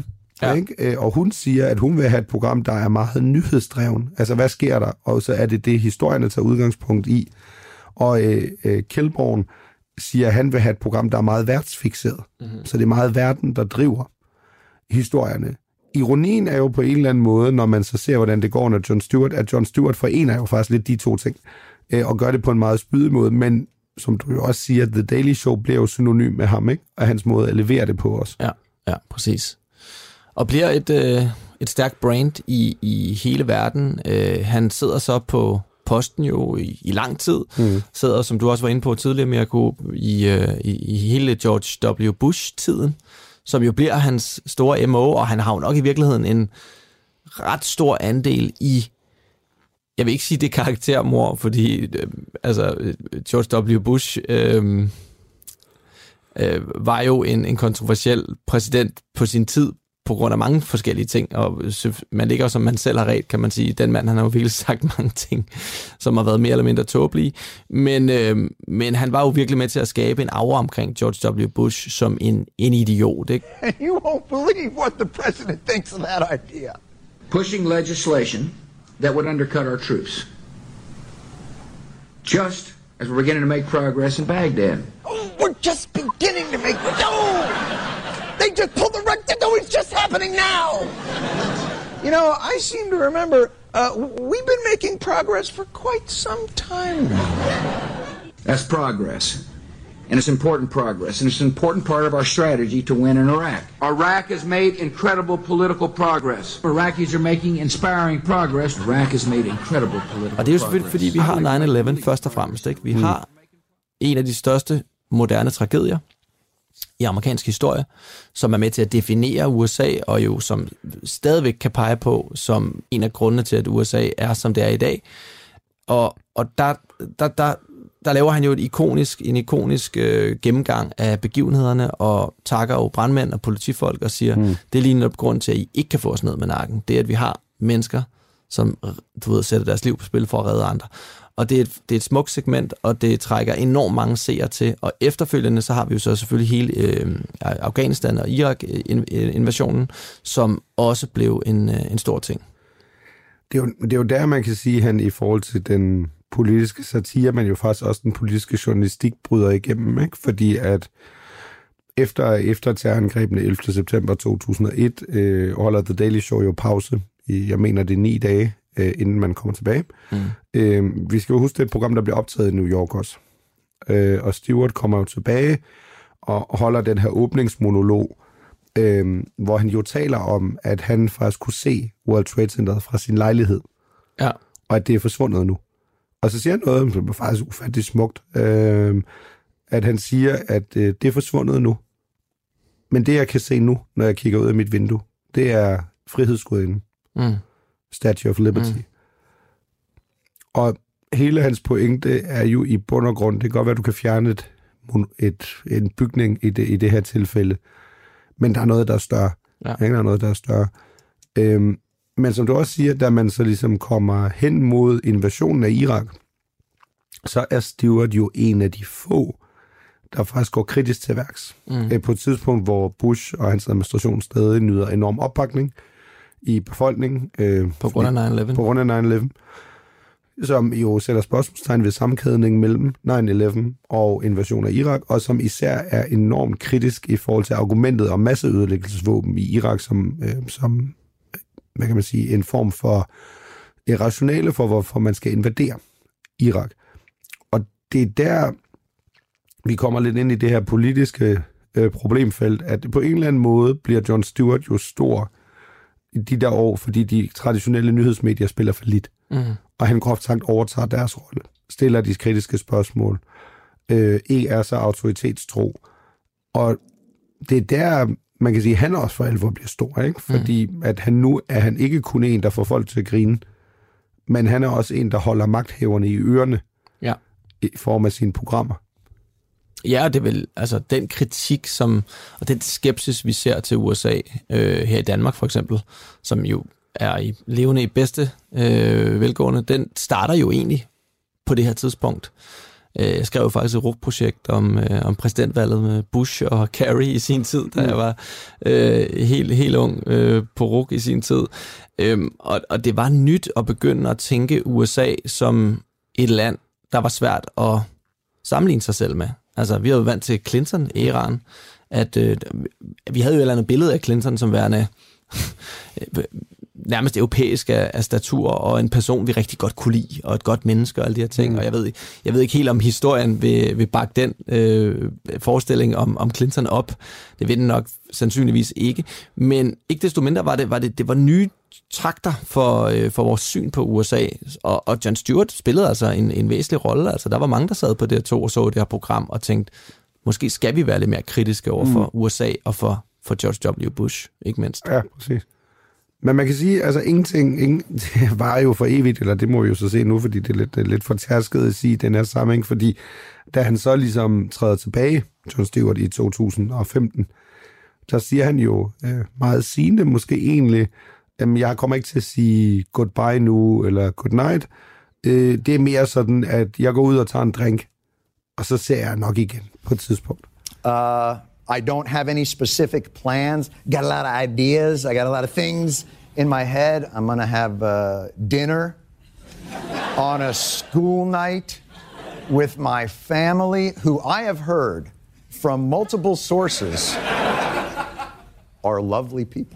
[SPEAKER 4] Ja. Ikke? Og hun siger, at hun vil have et program, der er meget nyhedsdreven. Altså, hvad sker der? Og så er det det, historierne tager udgangspunkt i. Og øh, øh, Kilborn siger, at han vil have et program, der er meget værtsfikseret. Mm-hmm. Så det er meget verden, der driver historierne. Ironien er jo på en eller anden måde, når man så ser, hvordan det går, når Jon Stewart, at Jon Stewart forener jo faktisk lidt de to ting, øh, og gør det på en meget spydig måde, men som du jo også siger, The Daily Show bliver jo synonym med ham, ikke? Og hans måde at levere det på os.
[SPEAKER 3] Ja, ja, præcis. Og bliver et, øh, et stærkt brand i, i hele verden. Øh, han sidder så på posten jo i, i lang tid. Mm. Sidder, som du også var inde på tidligere, Mirko, i, øh, i, i hele George W. Bush-tiden, som jo bliver hans store M O, og han har jo nok i virkeligheden en ret stor andel i, jeg vil ikke sige det karaktermord, fordi øh, altså, George W. Bush øh, øh, var jo en, en kontroversiel præsident på sin tid, på grund af mange forskellige ting, og man ligger som man selv har ret, kan man sige. Den mand, han har jo virkelig sagt mange ting, som har været mere eller mindre tåbelige, men, øh, men han var jo virkelig med til at skabe en aura omkring George W. Bush som en, en idiot, ikke?
[SPEAKER 18] And you won't believe what the president thinks of that idea.
[SPEAKER 19] Pushing legislation that would undercut our troops. Just as we're beginning to make progress in Baghdad.
[SPEAKER 18] Oh, we're just beginning to make... No! They just pulled the rug. No, it's just happening now. You know, I seem to remember uh, we've been making progress for quite some time now.
[SPEAKER 19] That's progress. And it's important progress. And it's an important part of our strategy to win in Iraq. Iraq has made incredible political progress. Iraqis are making inspiring progress. Iraq has made incredible political progress.
[SPEAKER 3] Og det er jo selvfølgelig, fordi vi har nine eleven først og fremmest, ikke? Vi mm. har en af de største moderne tragedier i amerikansk historie, som er med til at definere U S A, og jo som stadigvæk kan pege på som en af grundene til, at U S A er, som det er i dag. Og, og der, der, der, der laver han jo et ikonisk, en ikonisk øh, gennemgang af begivenhederne, og takker jo brandmænd og politifolk og siger, mm. det er lige netop grund til, at I ikke kan få os ned med nakken. Det er, at vi har mennesker, som du ved, sætter deres liv på spil for at redde andre. Og det er, et, det er et smukt segment, og det trækker enormt mange seere til. Og efterfølgende, så har vi jo så selvfølgelig hele øh, Afghanistan og Irak-invasionen, som også blev en, en stor ting.
[SPEAKER 4] Det er, jo, det er jo der, man kan sige, at han i forhold til den politiske satire, men jo faktisk også den politiske journalistik bryder igennem, ikke? Fordi at efter, efter terrorangrebene ellevte september to tusind og et øh, holder The Daily Show jo pause i, jeg mener, det er ni dage, øh, inden man kommer tilbage. Mm. Øh, vi skal jo huske, det er et program, der bliver optaget i New York også. Øh, og Stewart kommer jo tilbage og holder den her åbningsmonolog, øh, hvor han jo taler om, at han faktisk kunne se World Trade Centeret fra sin lejlighed.
[SPEAKER 3] Ja.
[SPEAKER 4] Og at det er forsvundet nu. Og så siger han noget, som er faktisk ufattigt smukt, øh, at han siger, at øh, det er forsvundet nu. Men det, jeg kan se nu, når jeg kigger ud af mit vindue, det er frihedsgudinden. Mm. Statue of Liberty. Mm. Og hele hans pointe er jo i bund og grund, det kan godt være, at du kan fjerne et, et, en bygning i det, i det her tilfælde, men der er noget, der er større. Ja. Der er noget, der er større. Øhm, men som du også siger, da man så ligesom kommer hen mod invasionen af Irak, så er Stewart jo en af de få, der faktisk går kritisk til værks. Mm. På et tidspunkt, hvor Bush og hans administration stadig nyder enorm opbakning i befolkningen. Øh,
[SPEAKER 3] på grund af nine eleven.
[SPEAKER 4] På grund af nine eleven. Som jo sætter spørgsmålstegn ved sammenkædningen mellem nine eleven og invasion af Irak, og som især er enormt kritisk i forhold til argumentet om masseødelæggelsesvåben i Irak, som, øh, som hvad kan man sige, en form for irrationale for, hvorfor man skal invadere Irak. Og det er der, vi kommer lidt ind i det her politiske øh, problemfelt, at på en eller anden måde bliver Jon Stewart jo stor i de der år, fordi de traditionelle nyhedsmedier spiller for lidt. Mm. Og han groft sagt overtager deres rolle, stiller de kritiske spørgsmål, øh, ikke er så autoritetstro. Og det er der, man kan sige, at han også for alvor bliver stor, ikke? Fordi mm. at han nu er han ikke kun en, der får folk til at grine, men han er også en, der holder magthæverne i ørerne,
[SPEAKER 3] ja,
[SPEAKER 4] i form af sine programmer.
[SPEAKER 3] Ja, det er vel, altså den kritik, som, og den skepsis, vi ser til U S A, øh, her i Danmark for eksempel, som jo er i levende i bedste øh, velgående, den starter jo egentlig på det her tidspunkt. Jeg skrev faktisk et R U K-projekt om, øh, om præsidentvalget med Bush og Kerry i sin tid, da mm. jeg var øh, helt, helt ung øh, på R U K i sin tid. Øhm, og, og det var nyt at begynde at tænke U S A som et land, der var svært at sammenligne sig selv med. Altså, vi har jo vant til Clinton-æraen, at øh, vi havde jo et eller andet billede af Clinton som værende nærmest europæisk af, af statur, og en person, vi rigtig godt kunne lide, og et godt menneske og alle de her ting. Mm. Og jeg ved, jeg ved ikke helt, om historien vil, vil bakke den øh, forestilling om, om Clinton op. Det vil den nok sandsynligvis ikke. Men ikke desto mindre var det, var det, det var nye takter for, øh, for vores syn på U S A. Og, og Jon Stewart spillede altså en, en væsentlig rolle. Altså, der var mange, der sad på det her to og så det her program og tænkte, måske skal vi være lidt mere kritiske over for mm. U S A og for, for George W. Bush, ikke mindst.
[SPEAKER 4] Ja, præcis. Men man kan sige, altså ingenting, ingen, det var jo for evigt, eller det må vi jo så se nu, fordi det er lidt, det er lidt for tærsket at sige den her sammenhæng, fordi da han så ligesom træder tilbage, Jon Stewart, i to tusind og femten, der siger han jo øh, meget sigende, måske egentlig, jamen jeg kommer ikke til at sige goodbye nu, eller good night. Øh, det er mere sådan, at jeg går ud og tager en drink, og så ser jeg nok igen på et tidspunkt.
[SPEAKER 20] Uh, I don't have any specific plans. Got a lot of ideas. I got a lot of things in my head. I'm gonna have uh, dinner on a school night with my family, who I have heard from multiple sources are lovely people.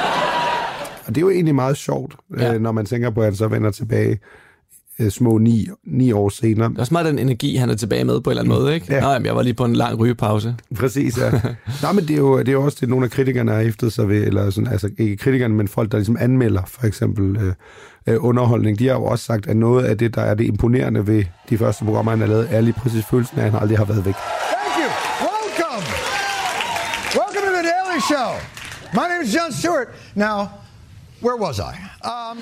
[SPEAKER 4] Og det er jo egentlig meget sjovt, ja. øh, når man tænker på, at han så vender tilbage øh, små ni, ni år senere.
[SPEAKER 3] Det er også meget den energi, han er tilbage med på en eller anden måde, ikke? Ja. Nå, jamen, jeg var lige på en lang rygepause.
[SPEAKER 4] Præcis, ja. Nå, men det er jo, det er jo også det, nogle af kritikerne har hæftet sig ved, eller sådan, altså ikke kritikerne, men folk, der ligesom anmelder for eksempel øh, øh, underholdning. De har jo også sagt, at noget af det, der er det imponerende ved de første programmer, han har lavet, er lige præcis følelsen af, at han aldrig har været væk.
[SPEAKER 5] Thank you. Welcome. Welcome to The Daily Show. My name is Jon Stewart. Now, where was I? Um,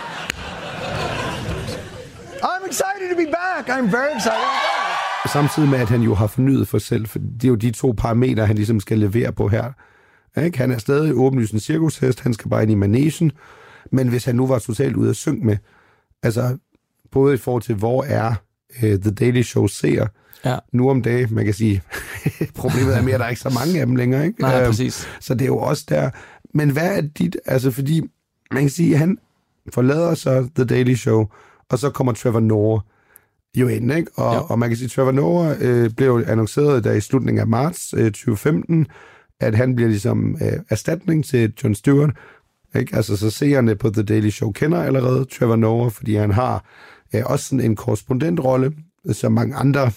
[SPEAKER 5] I'm excited to be back. I'm very excited to be back.
[SPEAKER 4] Samtidig med, at han jo har fornyet for selv, for det er jo de to parametre, han ligesom skal levere på her. Ikke? Han er stadig åbenlyst en cirkushest, han skal bare ind i managen, men hvis han nu var totalt ude at synge med, altså både i forhold til, hvor er uh, The Daily Show ser, ja. Nu om dagen, man kan sige, problemet er mere, at der er ikke så mange af dem længere, ikke?
[SPEAKER 3] Nej, præcis.
[SPEAKER 4] Så det er jo også der. Men hvad er dit, altså fordi, man kan sige, at han forlader så The Daily Show, og så kommer Trevor Noah jo ind, ikke? Og, ja. og man kan sige, at Trevor Noah øh, blev annonceret der i slutningen af marts øh, tyve femten, at han bliver ligesom øh, erstatning til Jon Stewart, ikke? Altså så seerne på The Daily Show kender allerede Trevor Noah, fordi han har øh, også sådan en korrespondentrolle, som mange andre,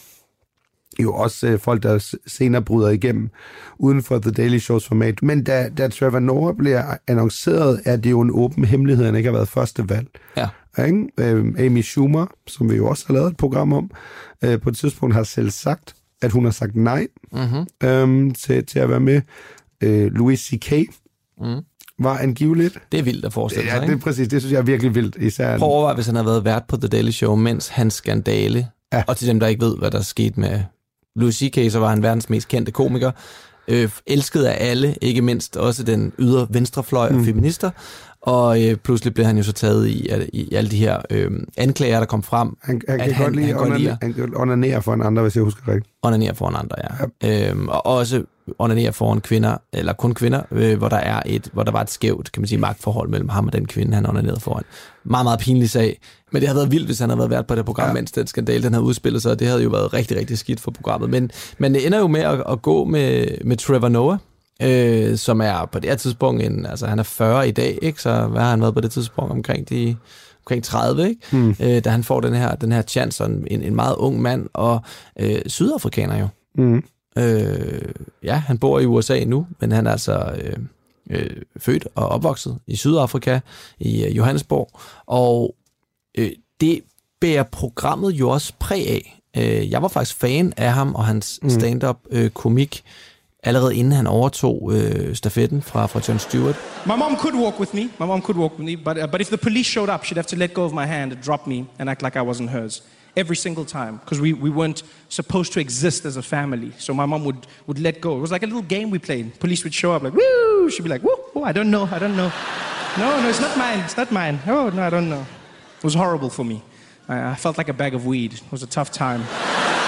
[SPEAKER 4] jo også øh, folk, der senere bryder igennem uden for The Daily Shows format. Men da, da Trevor Noah bliver annonceret, er det jo en åben hemmelighed, han ikke har været første valg.
[SPEAKER 3] Ja.
[SPEAKER 4] Ikke? Øh, Amy Schumer, som vi jo også har lavet et program om, øh, på et tidspunkt har selv sagt, at hun har sagt nej
[SPEAKER 3] mm-hmm.
[SPEAKER 4] øh, til, til at være med. Øh, Louis C K
[SPEAKER 3] mm.
[SPEAKER 4] var angiveligt.
[SPEAKER 3] Det er vildt at forestille sig,
[SPEAKER 4] ja, det er præcis. Det synes jeg er virkelig vildt. Især
[SPEAKER 3] prøv at overveje, hvis han havde været vært på The Daily Show, mens hans skandale, ja. Og til dem, der ikke ved, hvad der skete med Louis C K, så var han verdens mest kendte komiker. Øh, elsket af alle, ikke mindst også den ydre venstrefløj og mm. feminister. Og øh, pludselig blev han jo så taget i, i, i alle de her øh, anklager, der kom frem.
[SPEAKER 4] Han, han kan godt lide at onanere for en andre, hvis jeg husker rigtigt.
[SPEAKER 3] Onanere for en andre, ja. ja. Øhm, og også onanere foran kvinder, eller kun kvinder, øh, hvor der er et, hvor der var et skævt, kan man sige, magtforhold mellem ham og den kvinde, han onanerede foran. Meget, meget pinlig sag. Men det havde været vildt, hvis han havde været vært på det program, ja. Mens den skandale, den havde udspillet sig, og det havde jo været rigtig, rigtig skidt for programmet. Men, men det ender jo med at, at gå med, med Trevor Noah, øh, som er på det her tidspunkt, en, altså han er fyrre i dag, ikke? Så hvad har han været på det tidspunkt? Omkring de... omkring tredive, ikke? Hmm. Øh, da han får den her, den her chance, en, en meget ung mand, og øh, sydafrikaner jo.
[SPEAKER 4] Hmm.
[SPEAKER 3] Øh, ja, han bor i U S A nu, men han er altså øh, øh, født og opvokset i Sydafrika, i øh, Johannesburg, og øh, det bærer programmet jo også præg af. Øh, jeg var faktisk fan af ham og hans hmm. stand-up øh, komik, allerede inden han overtog øh, stafetten fra, fra Jon Stewart.
[SPEAKER 13] My mom could walk with me. My mom could walk with me, but uh, but if the police showed up, she'd have to let go of my hand and drop me and act like I wasn't hers every single time, because we we weren't supposed to exist as a family. So my mom would would let go. It was like a little game we played. Police would show up like, woo! She'd be like, woo! Oh, I don't know. I don't know. No, no, it's not mine. It's not mine. Oh, no, I don't know. It was horrible for me. I, I felt like a bag of weed. It was a tough time.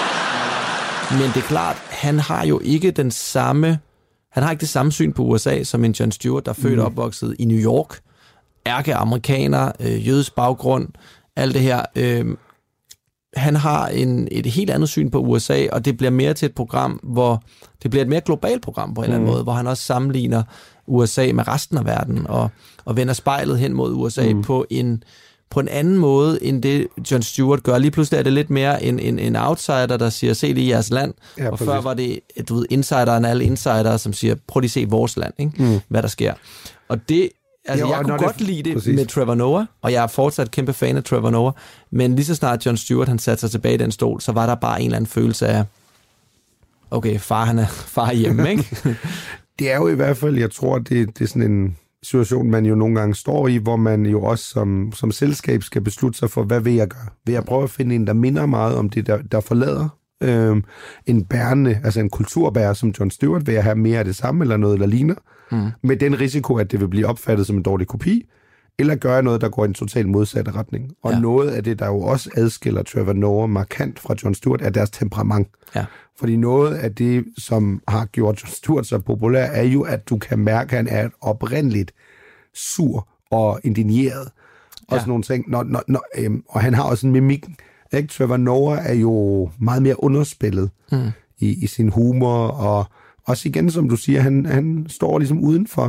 [SPEAKER 3] Men det er klart, han har jo ikke den samme, han har ikke det samme syn på U S A som en Jon Stewart, der er født og opvokset i New York. Ærke-amerikaner, øh, jødisk baggrund, alt det her. Øh, han har en, et helt andet syn på U S A, og det bliver mere til et program, hvor det bliver et mere globalt program på en mm. eller anden måde, hvor han også sammenligner U S A med resten af verden, og, og vender spejlet hen mod U S A mm. på en på en anden måde, end det Jon Stewart gør. Lige pludselig er det lidt mere en, en, en outsider, der siger, se det i jeres land. Ja, og før var det, du ved, insideren, alle insidere, som siger, prøv lige at se vores land, ikke? Mm. Hvad der sker. Og det, altså, jo, jeg kunne godt det, lide det præcis. Med Trevor Noah, og jeg er fortsat kæmpe fan af Trevor Noah, men lige så snart Jon Stewart, han satte sig tilbage i den stol, så var der bare en eller anden følelse af, okay, far, han er far hjemme, ikke?
[SPEAKER 4] Det er jo i hvert fald, jeg tror, det, det er sådan en situation, man jo nogle gange står i, hvor man jo også som, som selskab skal beslutte sig for, hvad vil jeg gøre? Vil jeg prøve at finde en, der minder meget om det, der, der forlader? Øhm, en bærende, altså en kulturbærer som Jon Stewart, vil jeg have mere af det samme, eller noget, der ligner? Mm. Med den risiko, at det vil blive opfattet som en dårlig kopi, eller gøre noget, der går i en totalt modsatte retning. Og ja. Noget af det, der jo også adskiller Trevor Noah markant fra Jon Stewart, er deres temperament. Ja. Fordi noget af det, som har gjort Jon Stewart så populær, er jo, at du kan mærke, at han er oprindeligt sur og indigneret. Og ja. Sådan nogle ting. Når, når, når, øhm, og han har også en mimik. Ikke? Trevor Noah er jo meget mere underspillet mm. i, i sin humor, og også igen, som du siger, han, han står ligesom udenfor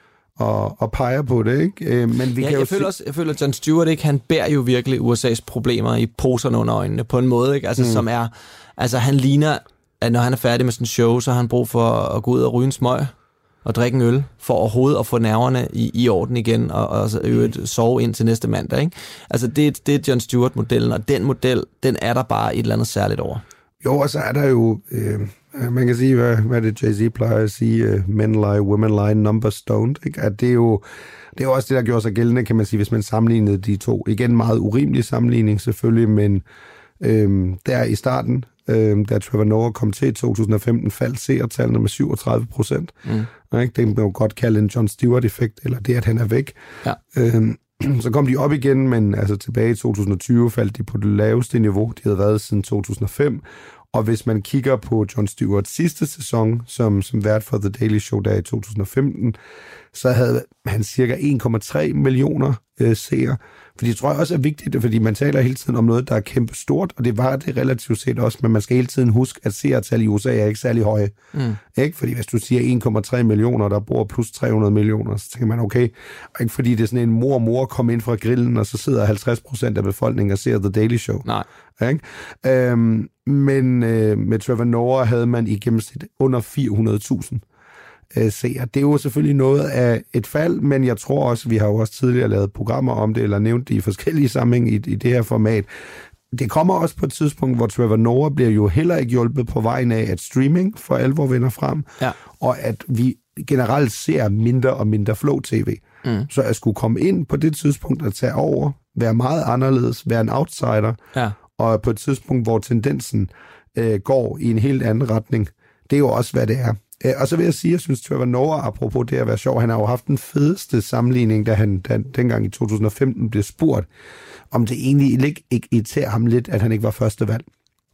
[SPEAKER 4] og, og peger på det, ikke? Men vi
[SPEAKER 3] ja,
[SPEAKER 4] kan jo
[SPEAKER 3] jeg, føler også, jeg føler, at Jon Stewart, ikke, han bærer jo virkelig U S A's problemer i poserne under øjnene, på en måde, ikke? Altså, mm. som er, altså, han ligner, at når han er færdig med sådan en show, så har han brug for at gå ud og ryge en smøg og drikke en øl, for overhovedet at få nerverne i, i orden igen, og, og så øvrigt sove ind til næste mandag, ikke? Altså, det, det er Jon Stewart-modellen, og den model, den er der bare et eller andet særligt over.
[SPEAKER 4] Jo, og så er der jo, øh, man kan sige, hvad, hvad det Jay-Z plejer at sige, uh, men lie, women lie, numbers don't, ikke? At det er jo, det er jo også det, der gjorde sig gældende, kan man sige, hvis man sammenlignede de to. Igen, meget urimelig sammenligning selvfølgelig, men øh, der i starten, øh, da Trevor Noah kom til i to tusind og femten, faldt seertallene med syvogtredive procent. Mm. Ikke? Det kan man jo godt kalde en Jon Stewart-effekt, eller det, at han er væk. Ja. Øh, så kom de op igen, men altså tilbage i to tusind og tyve faldt de på det laveste niveau, de havde været siden to tusind og fem. Og hvis man kigger på Jon Stewarts sidste sæson, som, som vært for The Daily Show der i to tusind og femten, så havde han cirka en komma tre millioner øh, seere. Fordi det tror jeg også er vigtigt, fordi man taler hele tiden om noget, der er kæmpe stort, og det var det relativt set også, men man skal hele tiden huske, at seertal i U S A er ikke særlig høje. Mm. Ikke? Fordi hvis du siger en komma tre millioner, der bor plus tre hundrede millioner, så tænker man, okay, og ikke fordi det er sådan en mor og mor kom ind fra grillen, og så sidder halvtreds procent af befolkningen og ser The Daily Show. Nej. Ikke? Øhm, men øh, med Trevor Noah havde man i gennemsnit under fire hundrede tusind øh, seere. Det er jo selvfølgelig noget af et fald, men jeg tror også, vi har jo også tidligere lavet programmer om det, eller nævnt det i forskellige sammenhæng i, i det her format. Det kommer også på et tidspunkt, hvor Trevor Noah bliver jo heller ikke hjulpet på vejen af, at streaming for alvor vender frem, ja. Og at vi generelt ser mindre og mindre flow-tv. Mm. Så at skulle komme ind på det tidspunkt og tage over, være meget anderledes, være en outsider, ja. Og på et tidspunkt, hvor tendensen øh, går i en helt anden retning, det er jo også, hvad det er. Øh, og så vil jeg sige, jeg synes, Trevor Noah, apropos det at være sjov, han har jo haft den fedeste sammenligning, da han da, dengang i to tusind og femten blev spurgt, om det egentlig ikke, ikke irriterer ham lidt, at han ikke var første valg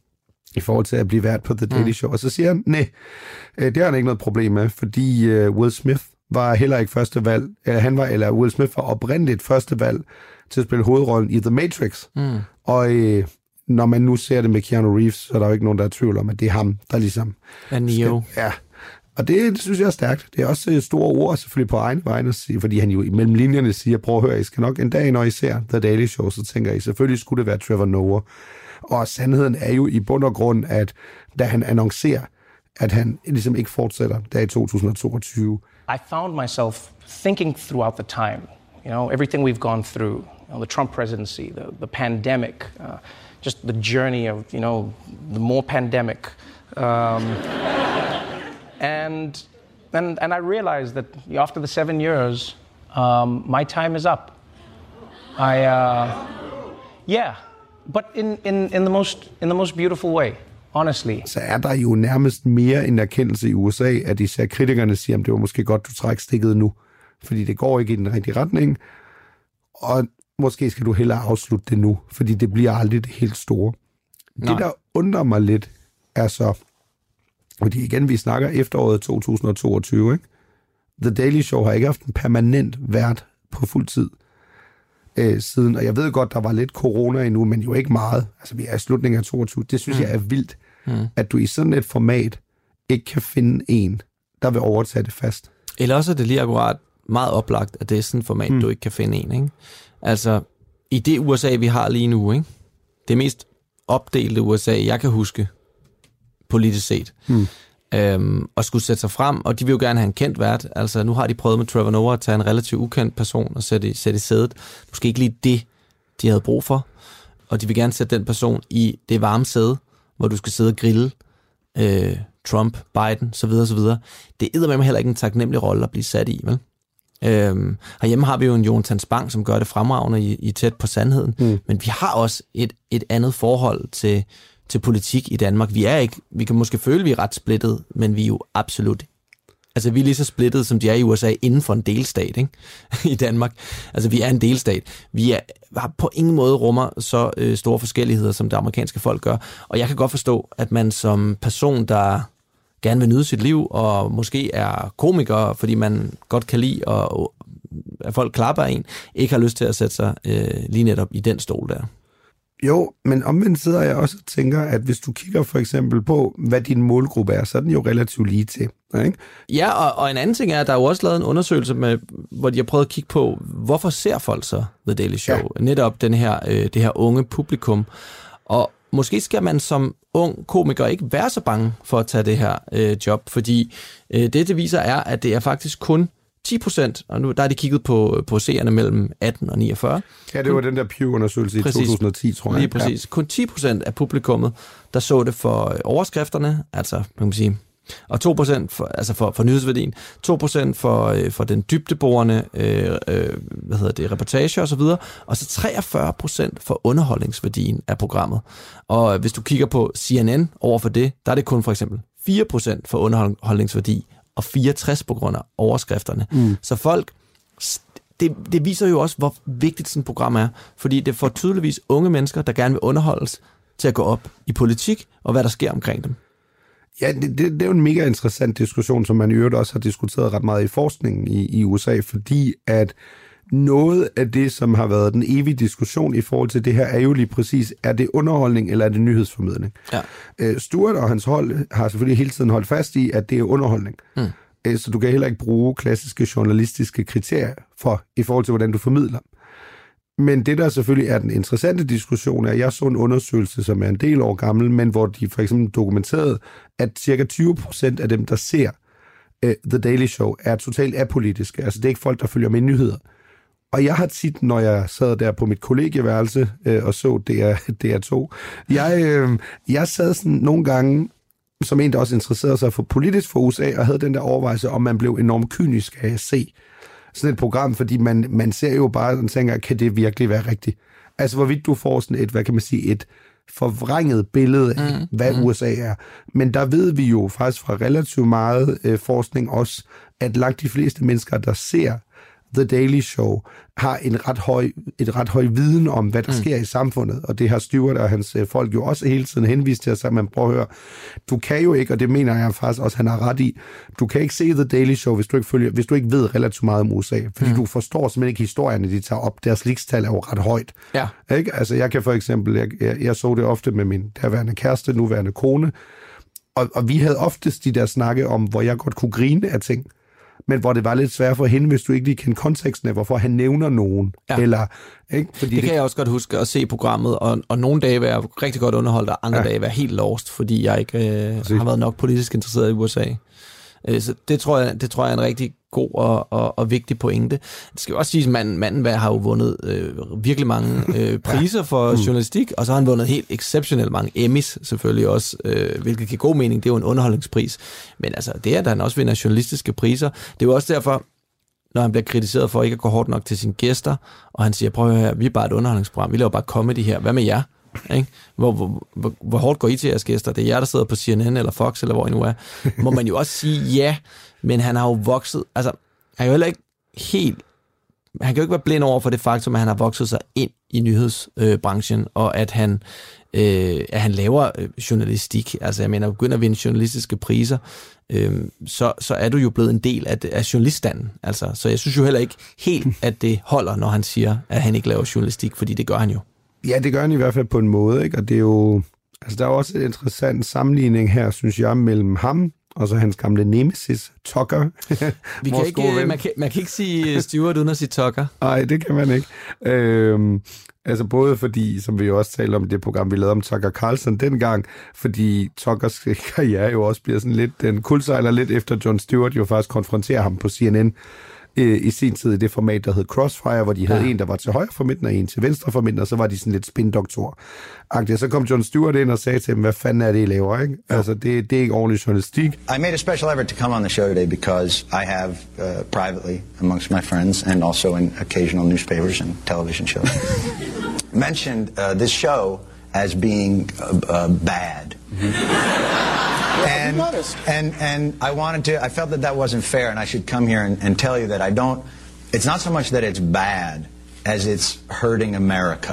[SPEAKER 4] i forhold til at blive vært på The Daily Show. Mm. Og så siger han, nej, øh, det har han ikke noget problem med, fordi øh, Will Smith var heller ikke første valg. Eller han var, eller Will Smith var oprindeligt første valg til at spille hovedrollen i The Matrix. Mm. Og øh, når man nu ser det med Keanu Reeves, så er der jo ikke nogen, der er tvivl om, at det er ham, der ligesom...
[SPEAKER 3] Ja, Neo.
[SPEAKER 4] Skal, ja. Og det, det synes jeg er stærkt. Det er også store ord, selvfølgelig på egen vegne, fordi han jo imellem linjerne siger, prøv at høre, I skal nok en dag, når I ser The Daily Show, så tænker I, selvfølgelig skulle det være Trevor Noah. Og sandheden er jo i bund og grund, at da han annoncerer, at han ligesom ikke fortsætter der i to tusind og toogtyve.
[SPEAKER 13] I found myself thinking throughout the time, you know, everything we've gone through, you know, the Trump presidency, the, the pandemic, uh, just the journey of, you know, the more pandemic. Um, and, and, and I realized that after the seven years, um, my time is up. I, uh, yeah, but in, in, in, the most, in the most beautiful way. Honestly.
[SPEAKER 4] Så er der jo nærmest mere en erkendelse i U S A, at især kritikerne siger, at det var måske godt, du trækker stikket nu, fordi det går ikke i den rigtige retning, og måske skal du hellere afslutte det nu, fordi det bliver aldrig det helt store. Nej. Det, der undrer mig lidt, er så, Fordi igen, vi snakker efteråret to tusind og toogtyve, ikke? The Daily Show har ikke haft en permanent vært på fuld tid øh, siden. Og jeg ved godt, der var lidt corona endnu, men jo ikke meget. Altså, vi er i slutningen af toogtyve. Det synes mm. jeg er vildt, mm. at du i sådan et format ikke kan finde en, der vil overtage det fast.
[SPEAKER 3] Eller også er det lige akkurat meget oplagt, at det er sådan et format, mm. du ikke kan finde en, ikke? Altså, i det U S A, vi har lige nu, ikke? Det mest opdelte U S A, jeg kan huske, politisk set, mm. øhm, og skulle sætte sig frem, og de vil jo gerne have en kendt vært. Altså, nu har de prøvet med Trevor Noah at tage en relativt ukendt person og sætte i, sætte i sædet. Måske ikke lige det, de havde brug for, og de vil gerne sætte den person i det varme sæde, hvor du skal sidde og grille øh, Trump, Biden, så videre, så videre. Det er eddermame heller ikke en taknemmelig rolle at blive sat i, vel? Øhm, herhjemme har vi jo en Jonathan Spang, som gør det fremragende i, i tæt på sandheden, mm. men vi har også et, et andet forhold til, til politik i Danmark. Vi er ikke, vi kan måske føle, at vi er ret splittet, men vi er jo absolut, altså vi er lige så splittet, som de er i U S A inden for en delstat, ikke? I Danmark. Altså vi er en delstat. Vi er, har på ingen måde rummer så øh, store forskelligheder, som det amerikanske folk gør, og jeg kan godt forstå, at man som person, der gerne vil nyde sit liv, og måske er komiker, fordi man godt kan lide, og at folk klapper en, ikke har lyst til at sætte sig øh, lige netop i den stol der.
[SPEAKER 4] Jo, men omvendt sidder jeg også og tænker, at hvis du kigger for eksempel på, hvad din målgruppe er, så er den jo relativt lige til. Ikke?
[SPEAKER 3] Ja, og, og en anden ting er, at der er jo også lavet en undersøgelse, med, hvor de har prøvet at kigge på, hvorfor ser folk så The Daily Show? Ja. Netop den her, øh, det her unge publikum. Og måske skal man som ung komiker ikke være så bange for at tage det her øh, job, fordi øh, det, det viser er, at det er faktisk kun ti procent, og nu der er de kigget på, på seerne mellem atten og niogfyrre.
[SPEAKER 4] Ja, det var den der Pew-undersøgelse i to tusind og ti, tror jeg.
[SPEAKER 3] Lige præcis. Ja. Kun ti procent af publikummet, der så det for overskrifterne, altså, man kan sige, og to procent for, altså for, for nyhedsværdien, to procent for, øh, for den dybdeborende øh, øh, hvad hedder det, reportage og så videre, og så treogfyrre procent for underholdningsværdien af programmet. Og hvis du kigger på C N N over for det, der er det kun for eksempel fire procent for underholdningsværdi, og fireogtres på grund af overskrifterne. Mm. Så folk, det, det viser jo også, hvor vigtigt sådan et program er, fordi det får tydeligvis unge mennesker, der gerne vil underholdes, til at gå op i politik, og hvad der sker omkring dem.
[SPEAKER 4] Ja, det, det, det er jo en mega interessant diskussion, som man i øvrigt også har diskuteret ret meget i forskningen i, i U S A, fordi at noget af det, som har været den evige diskussion i forhold til det her, er jo lige præcis, er det underholdning, eller er det nyhedsformidling? Ja. Øh, Stewart og hans hold har selvfølgelig hele tiden holdt fast i, at det er underholdning. Mm. Øh, så du kan heller ikke bruge klassiske journalistiske kriterier for, i forhold til, hvordan du formidler. Men det, der selvfølgelig er den interessante diskussion, er, at jeg så en undersøgelse, som er en del år gammel, men hvor de for eksempel dokumenterede, at cirka tyve procent af dem, der ser uh, The Daily Show, er totalt apolitiske. Altså det er ikke folk, der følger med nyheder. Og jeg har tit, når jeg sad der på mit kollegieværelse øh, og så D R to, jeg, øh, jeg sad sådan nogle gange, som en, der også interesserede sig for politisk for U S A, og havde den der overvejelse, om man blev enormt kynisk af at se sådan et program, fordi man, man ser jo bare og tænker, kan det virkelig være rigtigt? Altså, hvorvidt du får sådan et, hvad kan man sige, et forvrænget billede af, mm, hvad mm. U S A er. Men der ved vi jo faktisk fra relativt meget øh, forskning også, at langt de fleste mennesker, der ser The Daily Show, har en ret høj, et ret høj viden om, hvad der mm. sker i samfundet, og det har Stewart og hans øh, folk jo også hele tiden henvist til, at man prøver at høre, du kan jo ikke, og det mener jeg faktisk også, han har ret i, du kan ikke se The Daily Show, hvis du ikke, følger, hvis du ikke ved relativt meget om U S A, fordi mm. du forstår simpelthen ikke historierne, de tager op. Deres ligestal er jo ret højt. Ja. Ikke? Altså, jeg kan for eksempel, jeg, jeg, jeg så det ofte med min derværende kæreste, nuværende kone, og, og vi havde oftest de der snakke om, hvor jeg godt kunne grine af ting, men hvor det var lidt svært for hende, hvis du ikke lige kendte konteksten af, hvorfor han nævner nogen. Ja. Eller, ikke? Fordi
[SPEAKER 3] det kan det... jeg også godt huske at se programmet, og, og nogle dage være rigtig godt underholdt, og andre ja. dage være helt lost, fordi jeg ikke øh, har været nok politisk interesseret i U S A. Øh, så det tror, jeg, det tror jeg er en rigtig god og, og, og vigtig pointe. Det skal jo også siges, at manden, manden har jo vundet øh, virkelig mange øh, priser for ja. journalistik, og så har han vundet helt exceptionelt mange Emmys selvfølgelig også, øh, hvilket giver god mening. Det er jo en underholdningspris. Men altså, det er, at han også vinder journalistiske priser. Det er jo også derfor, når han bliver kritiseret for ikke at gå hårdt nok til sine gæster, og han siger, prøv at høre, vi er bare et underholdningsprogram, vi laver bare comedy her. Hvad med jer? Ikke? Hvor, hvor, hvor, hvor hårdt går I til jeres gæster? Det er jer, der sidder på C N N eller Fox, eller hvor I nu er. Må man jo også sige ja, men han har jo vokset, altså han er jo heller ikke helt han kan jo ikke være blind over for det faktum, at han har vokset sig ind i nyhedsbranchen, øh, og at han, øh, at han laver øh, journalistik. Altså, jeg mener, begynder at vinde journalistiske priser, øh, så, så er du jo blevet en del af, af journaliststanden. Altså, så jeg synes jo heller ikke helt, at det holder, når han siger, at han ikke laver journalistik, fordi det gør han jo. Ja, det gør han i hvert fald på en måde, ikke? Og det er jo... Altså, der er også en interessant sammenligning her, synes jeg, mellem ham og så hans gamle nemesis, Tucker. Vi kan ikke, man, kan, man kan ikke sige Stewart uden at sige Tucker. Nej, det kan man ikke. Øhm, altså både fordi, som vi jo også talte om det program, vi lavede om Tucker Carlson dengang, fordi Tuckers karriere jo også bliver sådan lidt, den kuldsejler lidt efter Jon Stewart jo faktisk konfronterer ham på C N N i sin tid i det format, der hed Crossfire, hvor de havde ja. en, der var til højre for midten, og en til venstre for midten, og så var de sådan lidt spindoktor. Så kom Jon Stewart ind og sagde til dem, hvad fanden er det, I laver, ikke? Ja. Altså, det, det er ikke ordentlig journalistik.
[SPEAKER 21] I made a special effort to come on the show today because I have uh, privately, amongst my friends, and also in occasional newspapers and television shows, mentioned uh, this show as being uh, uh, bad. Mm-hmm. And, and and I wanted to, I felt that that wasn't fair, and I should come here and, and tell you that I don't, it's not so much that it's bad as it's hurting America.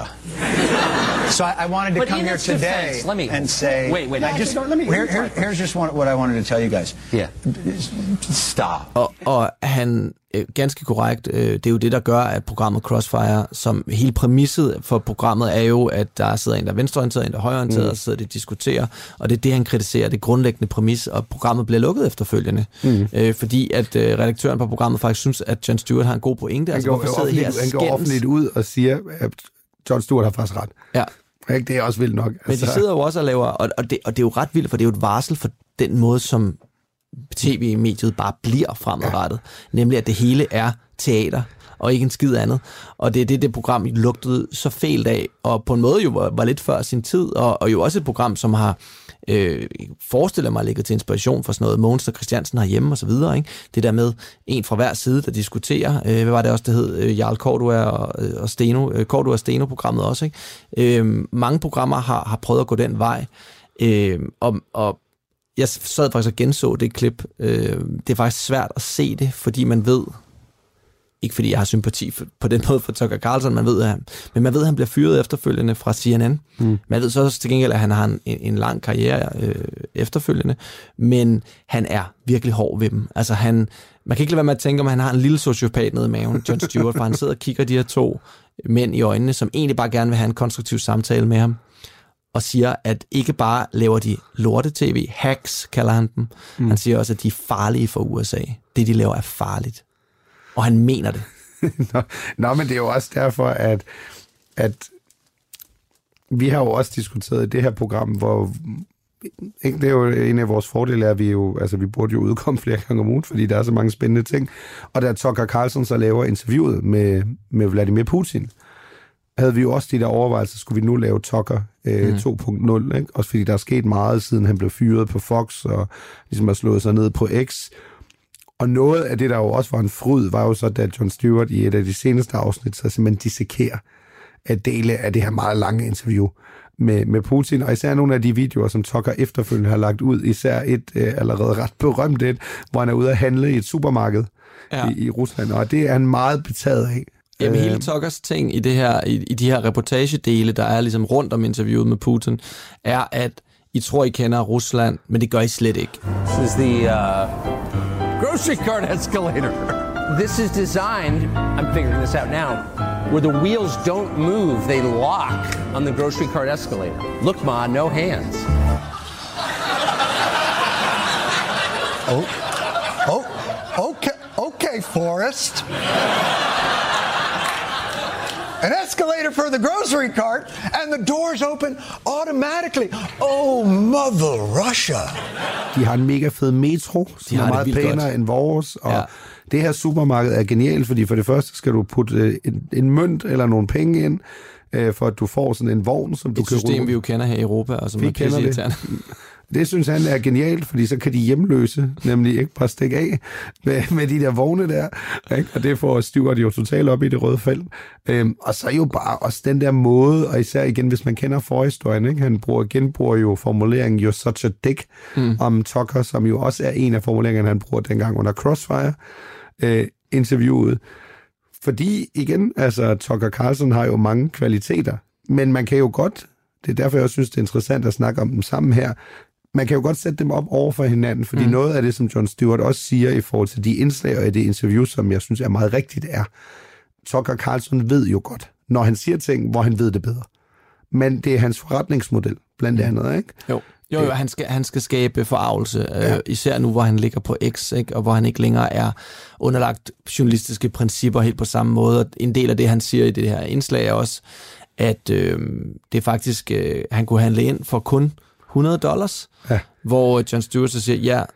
[SPEAKER 21] So I, I wanted to but come here today defense, let me, and say, wait, wait, I just, let me, here, here, here's just one, what I wanted to tell you guys. Yeah. Stop.
[SPEAKER 3] Og, og han, ganske korrekt, det er jo det, der gør, at programmet Crossfire, som hele præmisset for programmet er jo, at der sidder en, der er venstreorienteret, en, der er højreorienteret, mm. og så sidder de og diskuterer, og det er det, han kritiserer, det grundlæggende præmis, og programmet bliver lukket efterfølgende. Mm. Øh, fordi at øh, redaktøren på programmet faktisk synes, at Jon Stewart har en god pointe.
[SPEAKER 4] Han
[SPEAKER 3] altså,
[SPEAKER 4] går,
[SPEAKER 3] hvorfor sidder
[SPEAKER 4] han går offentligt ud og siger, at Jon Stewart har faktisk ret.
[SPEAKER 3] Ja.
[SPEAKER 4] Det er også vildt nok.
[SPEAKER 3] Altså. Men de sidder jo også og laver, og, og, det, og det er jo ret vildt, for det er jo et varsel for den måde, som tv-mediet bare bliver fremadrettet. Ja. Nemlig, at det hele er teater, og ikke en skid andet. Og det er det, det program lugtede så fælt af, og på en måde jo var, var lidt før sin tid, og, og jo også et program, som har øh, forestillet mig ligget til inspiration for sådan noget Mogens og Christiansen herhjemme og så videre. Ikke? Det der med en fra hver side, der diskuterer. Øh, hvad var det også, det hed? Øh, Jarl Cordua og, og Steno. Øh, Cordua og Steno-programmet også. Ikke? Øh, mange programmer har, har prøvet at gå den vej. Øh, og, og jeg sad faktisk og genså det klip. Øh, det er faktisk svært at se det, fordi man ved, ikke fordi jeg har sympati for, på den måde for Tucker Carlson, man ved, at han, men man ved, at han bliver fyret efterfølgende fra C N N. Mm. Man ved så også til gengæld, at han har en, en lang karriere øh, efterfølgende, men han er virkelig hård ved dem. Altså han, man kan ikke lade være med at tænke, om han har en lille sociopat nede i maven, Jon Stewart, for han sidder og kigger de her to mænd i øjnene, som egentlig bare gerne vil have en konstruktiv samtale med ham, og siger, at ikke bare laver de lorte-tv, hacks kalder han dem, mm. han siger også, at de er farlige for U S A. Det, de laver, er farligt. Og han mener det.
[SPEAKER 4] nå, nå, men det er jo også derfor, at, at vi har jo også diskuteret det her program, hvor ikke, det er jo en af vores fordele, at vi jo, altså vi burde jo udkomme flere gange om ugen, fordi der er så mange spændende ting. Og da Tucker Carlson så laver interviewet med, med Vladimir Putin, havde vi jo også de der overvejelser, skulle vi nu lave Tucker øh, mm. to punkt nul, ikke? Også fordi der er sket meget, siden han blev fyret på Fox, og ligesom har slået sig ned på X. Og noget af det, der jo også var en fryd, var jo så, da Jon Stewart i et af de seneste afsnit, så simpelthen dissekerer at dele af det her meget lange interview med, med Putin, og især nogle af de videoer, som Tucker efterfølgende har lagt ud, især et øh, allerede ret berømt et, hvor han er ude at handle i et supermarked ja. i, i Rusland, og det er han meget betaget af.
[SPEAKER 3] Jamen hele Tuckers ting i, det her, i, i de her reportagedele, der er ligesom rundt om interviewet med Putin, er, at I tror, I kender Rusland, men det gør I slet ikke.
[SPEAKER 22] This is the uh, grocery cart escalator. This is designed, I'm figuring this out now, where the wheels don't move, they lock on the grocery cart escalator. Look, Ma, no hands.
[SPEAKER 5] Oh, oh, okay, okay, Forrest. An escalator for the grocery cart, and the doors open automatically. Oh, mother Russia.
[SPEAKER 4] De har en mega fed metro, som er meget pænere godt. End vores, og ja. Det her supermarked er genialt, fordi for det første skal du putte en, en mønt eller nogle penge ind, øh, for at du får sådan en vogn, som du
[SPEAKER 3] Et
[SPEAKER 4] kan
[SPEAKER 3] system,
[SPEAKER 4] rulle.
[SPEAKER 3] vi jo kender her i Europa, og som
[SPEAKER 4] vi
[SPEAKER 3] er pisse irriterende.
[SPEAKER 4] Det synes han er genialt, fordi så kan de hjemløse nemlig ikke bare stikke af med, med de der vogne der, ikke? Og det får Stewart jo totalt op i det røde felt. Øhm, og så jo bare også den der måde, og især igen, hvis man kender forhistorien, ikke? Han bruger, genbruger jo formuleringen "You're such a dick" mm. om Tucker, som jo også er en af formuleringerne, han bruger dengang under Crossfire øh, interviewet. Fordi, igen, altså, Tucker Carlson har jo mange kvaliteter, men man kan jo godt, det er derfor, jeg også synes, det er interessant at snakke om dem sammen her, man kan jo godt sætte dem op over for hinanden, fordi mm. noget af det, som Jon Stewart også siger i forhold til de indslag og i det interview, som jeg synes er meget rigtigt, er, Tucker Carlson ved jo godt, når han siger ting, hvor han ved det bedre. Men det er hans forretningsmodel, blandt andet, ikke?
[SPEAKER 3] Jo. Jo, jo, han skal, han skal skabe forarvelse, ja. øh, især nu, hvor han ligger på X, ikke? Og hvor han ikke længere er underlagt journalistiske principper helt på samme måde. Og en del af det, han siger i det her indslag, er også, at øh, det er faktisk, øh, han kunne handle ind for kun hundrede dollars, ja. Hvor Jon Stewart så siger, ja,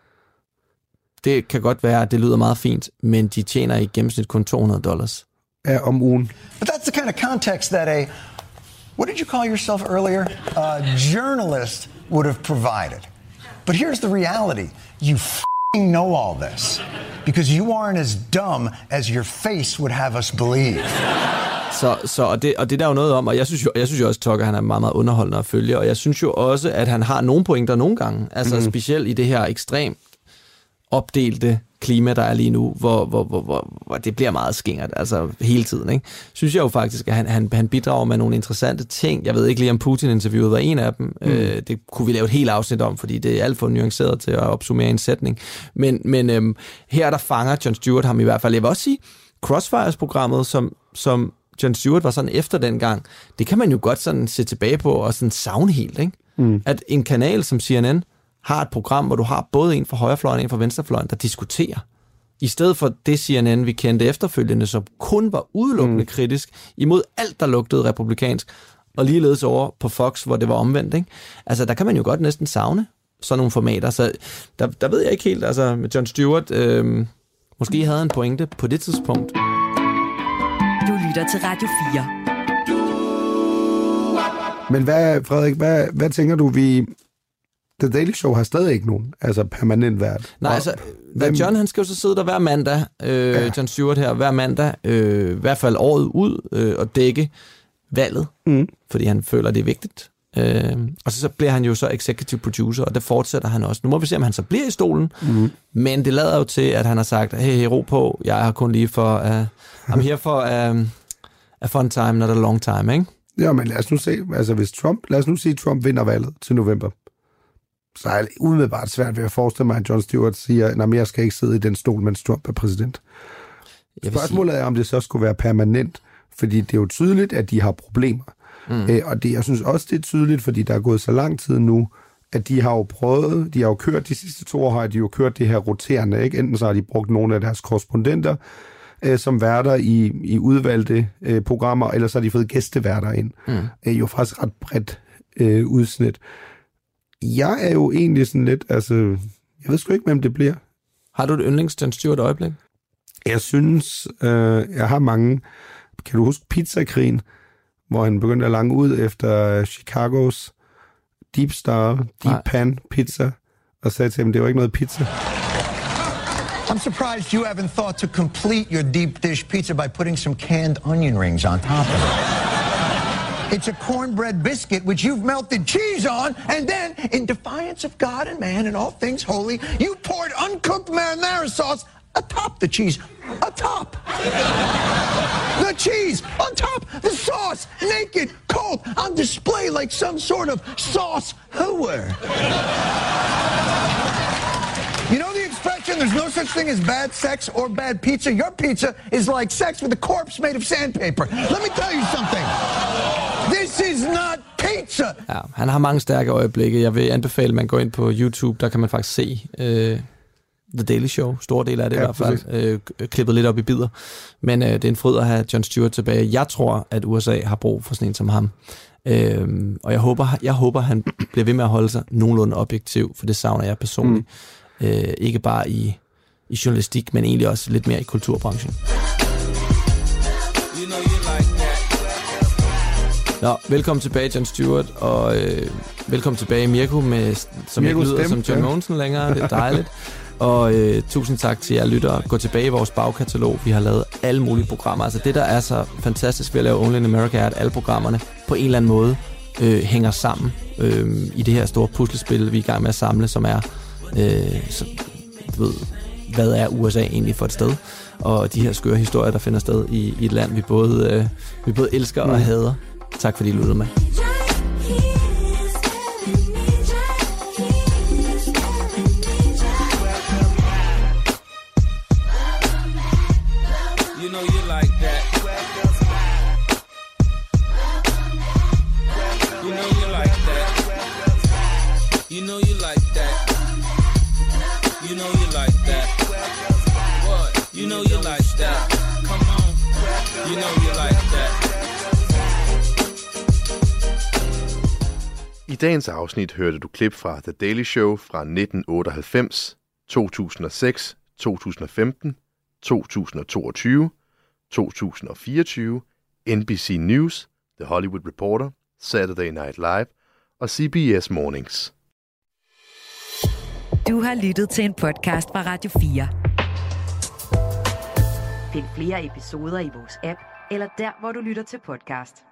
[SPEAKER 3] det kan godt være, at det lyder meget fint, men de tjener i gennemsnit kun to hundrede dollars.
[SPEAKER 4] Ja, om ugen.
[SPEAKER 5] But that's the kind of context that a, what did you call yourself earlier? A journalist would have provided. But here's the reality. You f***ing know all this. Because you aren't as dumb as your face would have us believe.
[SPEAKER 3] Så, så og, det, og det er der jo noget om, og jeg synes jo, jeg synes jo også, at Tucker han er meget, meget underholdende at følge, og jeg synes jo også, at han har nogle pointer nogle gange, altså mm. specielt i det her ekstremt opdelte klima, der er lige nu, hvor, hvor, hvor, hvor, hvor det bliver meget skingert, altså hele tiden, ikke? Synes jeg jo faktisk, at han, han, han bidrager med nogle interessante ting. Jeg ved ikke lige, om Putin-interviewet var en af dem. Mm. Øh, det kunne vi lave et helt afsnit om, fordi det er alt for nuanceret til at opsummere en sætning. Men, men øhm, her der fanger Jon Stewart ham i hvert fald. Jeg vil også sige, Crossfires-programmet, som, som Jon Stewart var sådan efter dengang, det kan man jo godt sådan se tilbage på og sådan savne helt, ikke? Mm. At en kanal som C N N har et program, hvor du har både en fra højrefløjen og en fra venstrefløjen, der diskuterer. I stedet for det C N N, vi kendte efterfølgende, som kun var udelukkende mm. kritisk imod alt, der lugtede republikansk, og ligeledes over på Fox, hvor det var omvendt, ikke? Altså, der kan man jo godt næsten savne sådan nogle formater. Så der, der ved jeg ikke helt, altså med Jon Stewart, øh, måske havde en pointe på det tidspunkt.
[SPEAKER 2] Du lytter til Radio fire.
[SPEAKER 4] Men hvad, Frederik, hvad, hvad tænker du, vi... The Daily Show har stadig ikke nogen, altså permanent vært.
[SPEAKER 3] Nej, altså, hvem... John, han skal jo så sidde der hver mandag, øh, ja. Jon Stewart her, hver mandag, øh, i hvert fald året ud, øh, og dække valget, mm. fordi han føler, det er vigtigt. Øh, og så, så bliver han jo så executive producer, og det fortsætter han også. Nu må vi se, om han så bliver i stolen, mm. men det lader jo til, at han har sagt, hey, ro på, jeg har kun lige for, uh, I'm here for uh, a fun time, not a long time, ikke?
[SPEAKER 4] Ja, men lad os nu se, altså hvis Trump, lad os nu sige, at Trump vinder valget til november, så er det umiddelbart svært ved at forestille mig, at Jon Stewart siger, nej, jeg skal ikke sidde i den stol, mens Trump er præsident. Spørgsmålet sige... er, om det så skulle være permanent, fordi det er jo tydeligt, at de har problemer. Mm. Æ, og det, jeg synes også, det er tydeligt, fordi der er gået så lang tid nu, at de har jo prøvet, de har jo kørt, de sidste to år har de jo kørt det her roterende, ikke? Enten så har de brugt nogle af deres korrespondenter, øh, som værter i, i udvalgte øh, programmer, eller så har de fået gæsteværter ind. Mm. Æ, jo faktisk ret bredt øh, udsnit. Jeg er jo egentlig sådan lidt, altså, jeg ved sgu ikke, hvem det bliver.
[SPEAKER 3] Har du et yndlings Jon Stewart øjeblik?
[SPEAKER 4] Jeg synes, øh, jeg har mange. Kan du huske pizzakrigen, hvor han begyndte at lange ud efter Chicagos Deep Star, Deep Nej. Pan pizza, og sagde til ham, det var ikke noget pizza.
[SPEAKER 5] I'm surprised you haven't thought to complete your deep dish pizza by putting some canned onion rings on top of it. It's a cornbread biscuit which you've melted cheese on, and then, in defiance of God and man and all things holy, you poured uncooked marinara sauce atop the cheese. Atop! The cheese on top! The sauce! Naked, cold, on display like some sort of sauce hooer. You know the expression, there's no such thing as bad sex or bad pizza? Your pizza is like sex with a corpse made of sandpaper. Let me tell you something. This is not pizza!
[SPEAKER 3] Ja, han har mange stærke øjeblikke. Jeg vil anbefale, at man går ind på YouTube. Der kan man faktisk se øh, The Daily Show. Stor del af det ja, i hvert fald. Øh, klippet lidt op i bidder. Men øh, det er en fryd at have Jon Stewart tilbage. Jeg tror, at U S A har brug for sådan en som ham. Øh, og jeg håber, jeg håber, han bliver ved med at holde sig nogenlunde objektiv, for det savner jeg personligt. Mm. Øh, ikke bare i, i journalistik, men egentlig også lidt mere i kulturbranchen. Nå, velkommen tilbage, Jon Stewart, og øh, velkommen tilbage, Mirko, med, som Mirko ikke lyder stemme, som John ja. Mogensen længere. Det er dejligt. Og øh, tusind tak til jer lyttere. Gå tilbage i vores bagkatalog. Vi har lavet alle mulige programmer. Altså det, der er så fantastisk ved at lave Only in America, er, at alle programmerne på en eller anden måde øh, hænger sammen øh, i det her store puslespil, vi er i gang med at samle, som er øh, så, du ved, hvad er U S A egentlig for et sted, og de her skøre historier, der finder sted i, i et land, vi både, øh, vi både elsker og hader. Tak fordi I lyttede med.
[SPEAKER 6] You know you like that. You know you like that. You know you like that. You know you like that. What? You know you like that. Come on. You know you like that.
[SPEAKER 7] I dagens afsnit hørte du klip fra The Daily Show fra nitten otteoghalvfems, to tusind og seks, to tusind og femten, to tusind og toogtyve, to tusind og fireogtyve, N B C News, The Hollywood Reporter, Saturday Night Live og C B S Mornings.
[SPEAKER 2] Du har lyttet til en podcast fra Radio fire. Find flere episoder i vores app, eller der, hvor du lytter til podcast.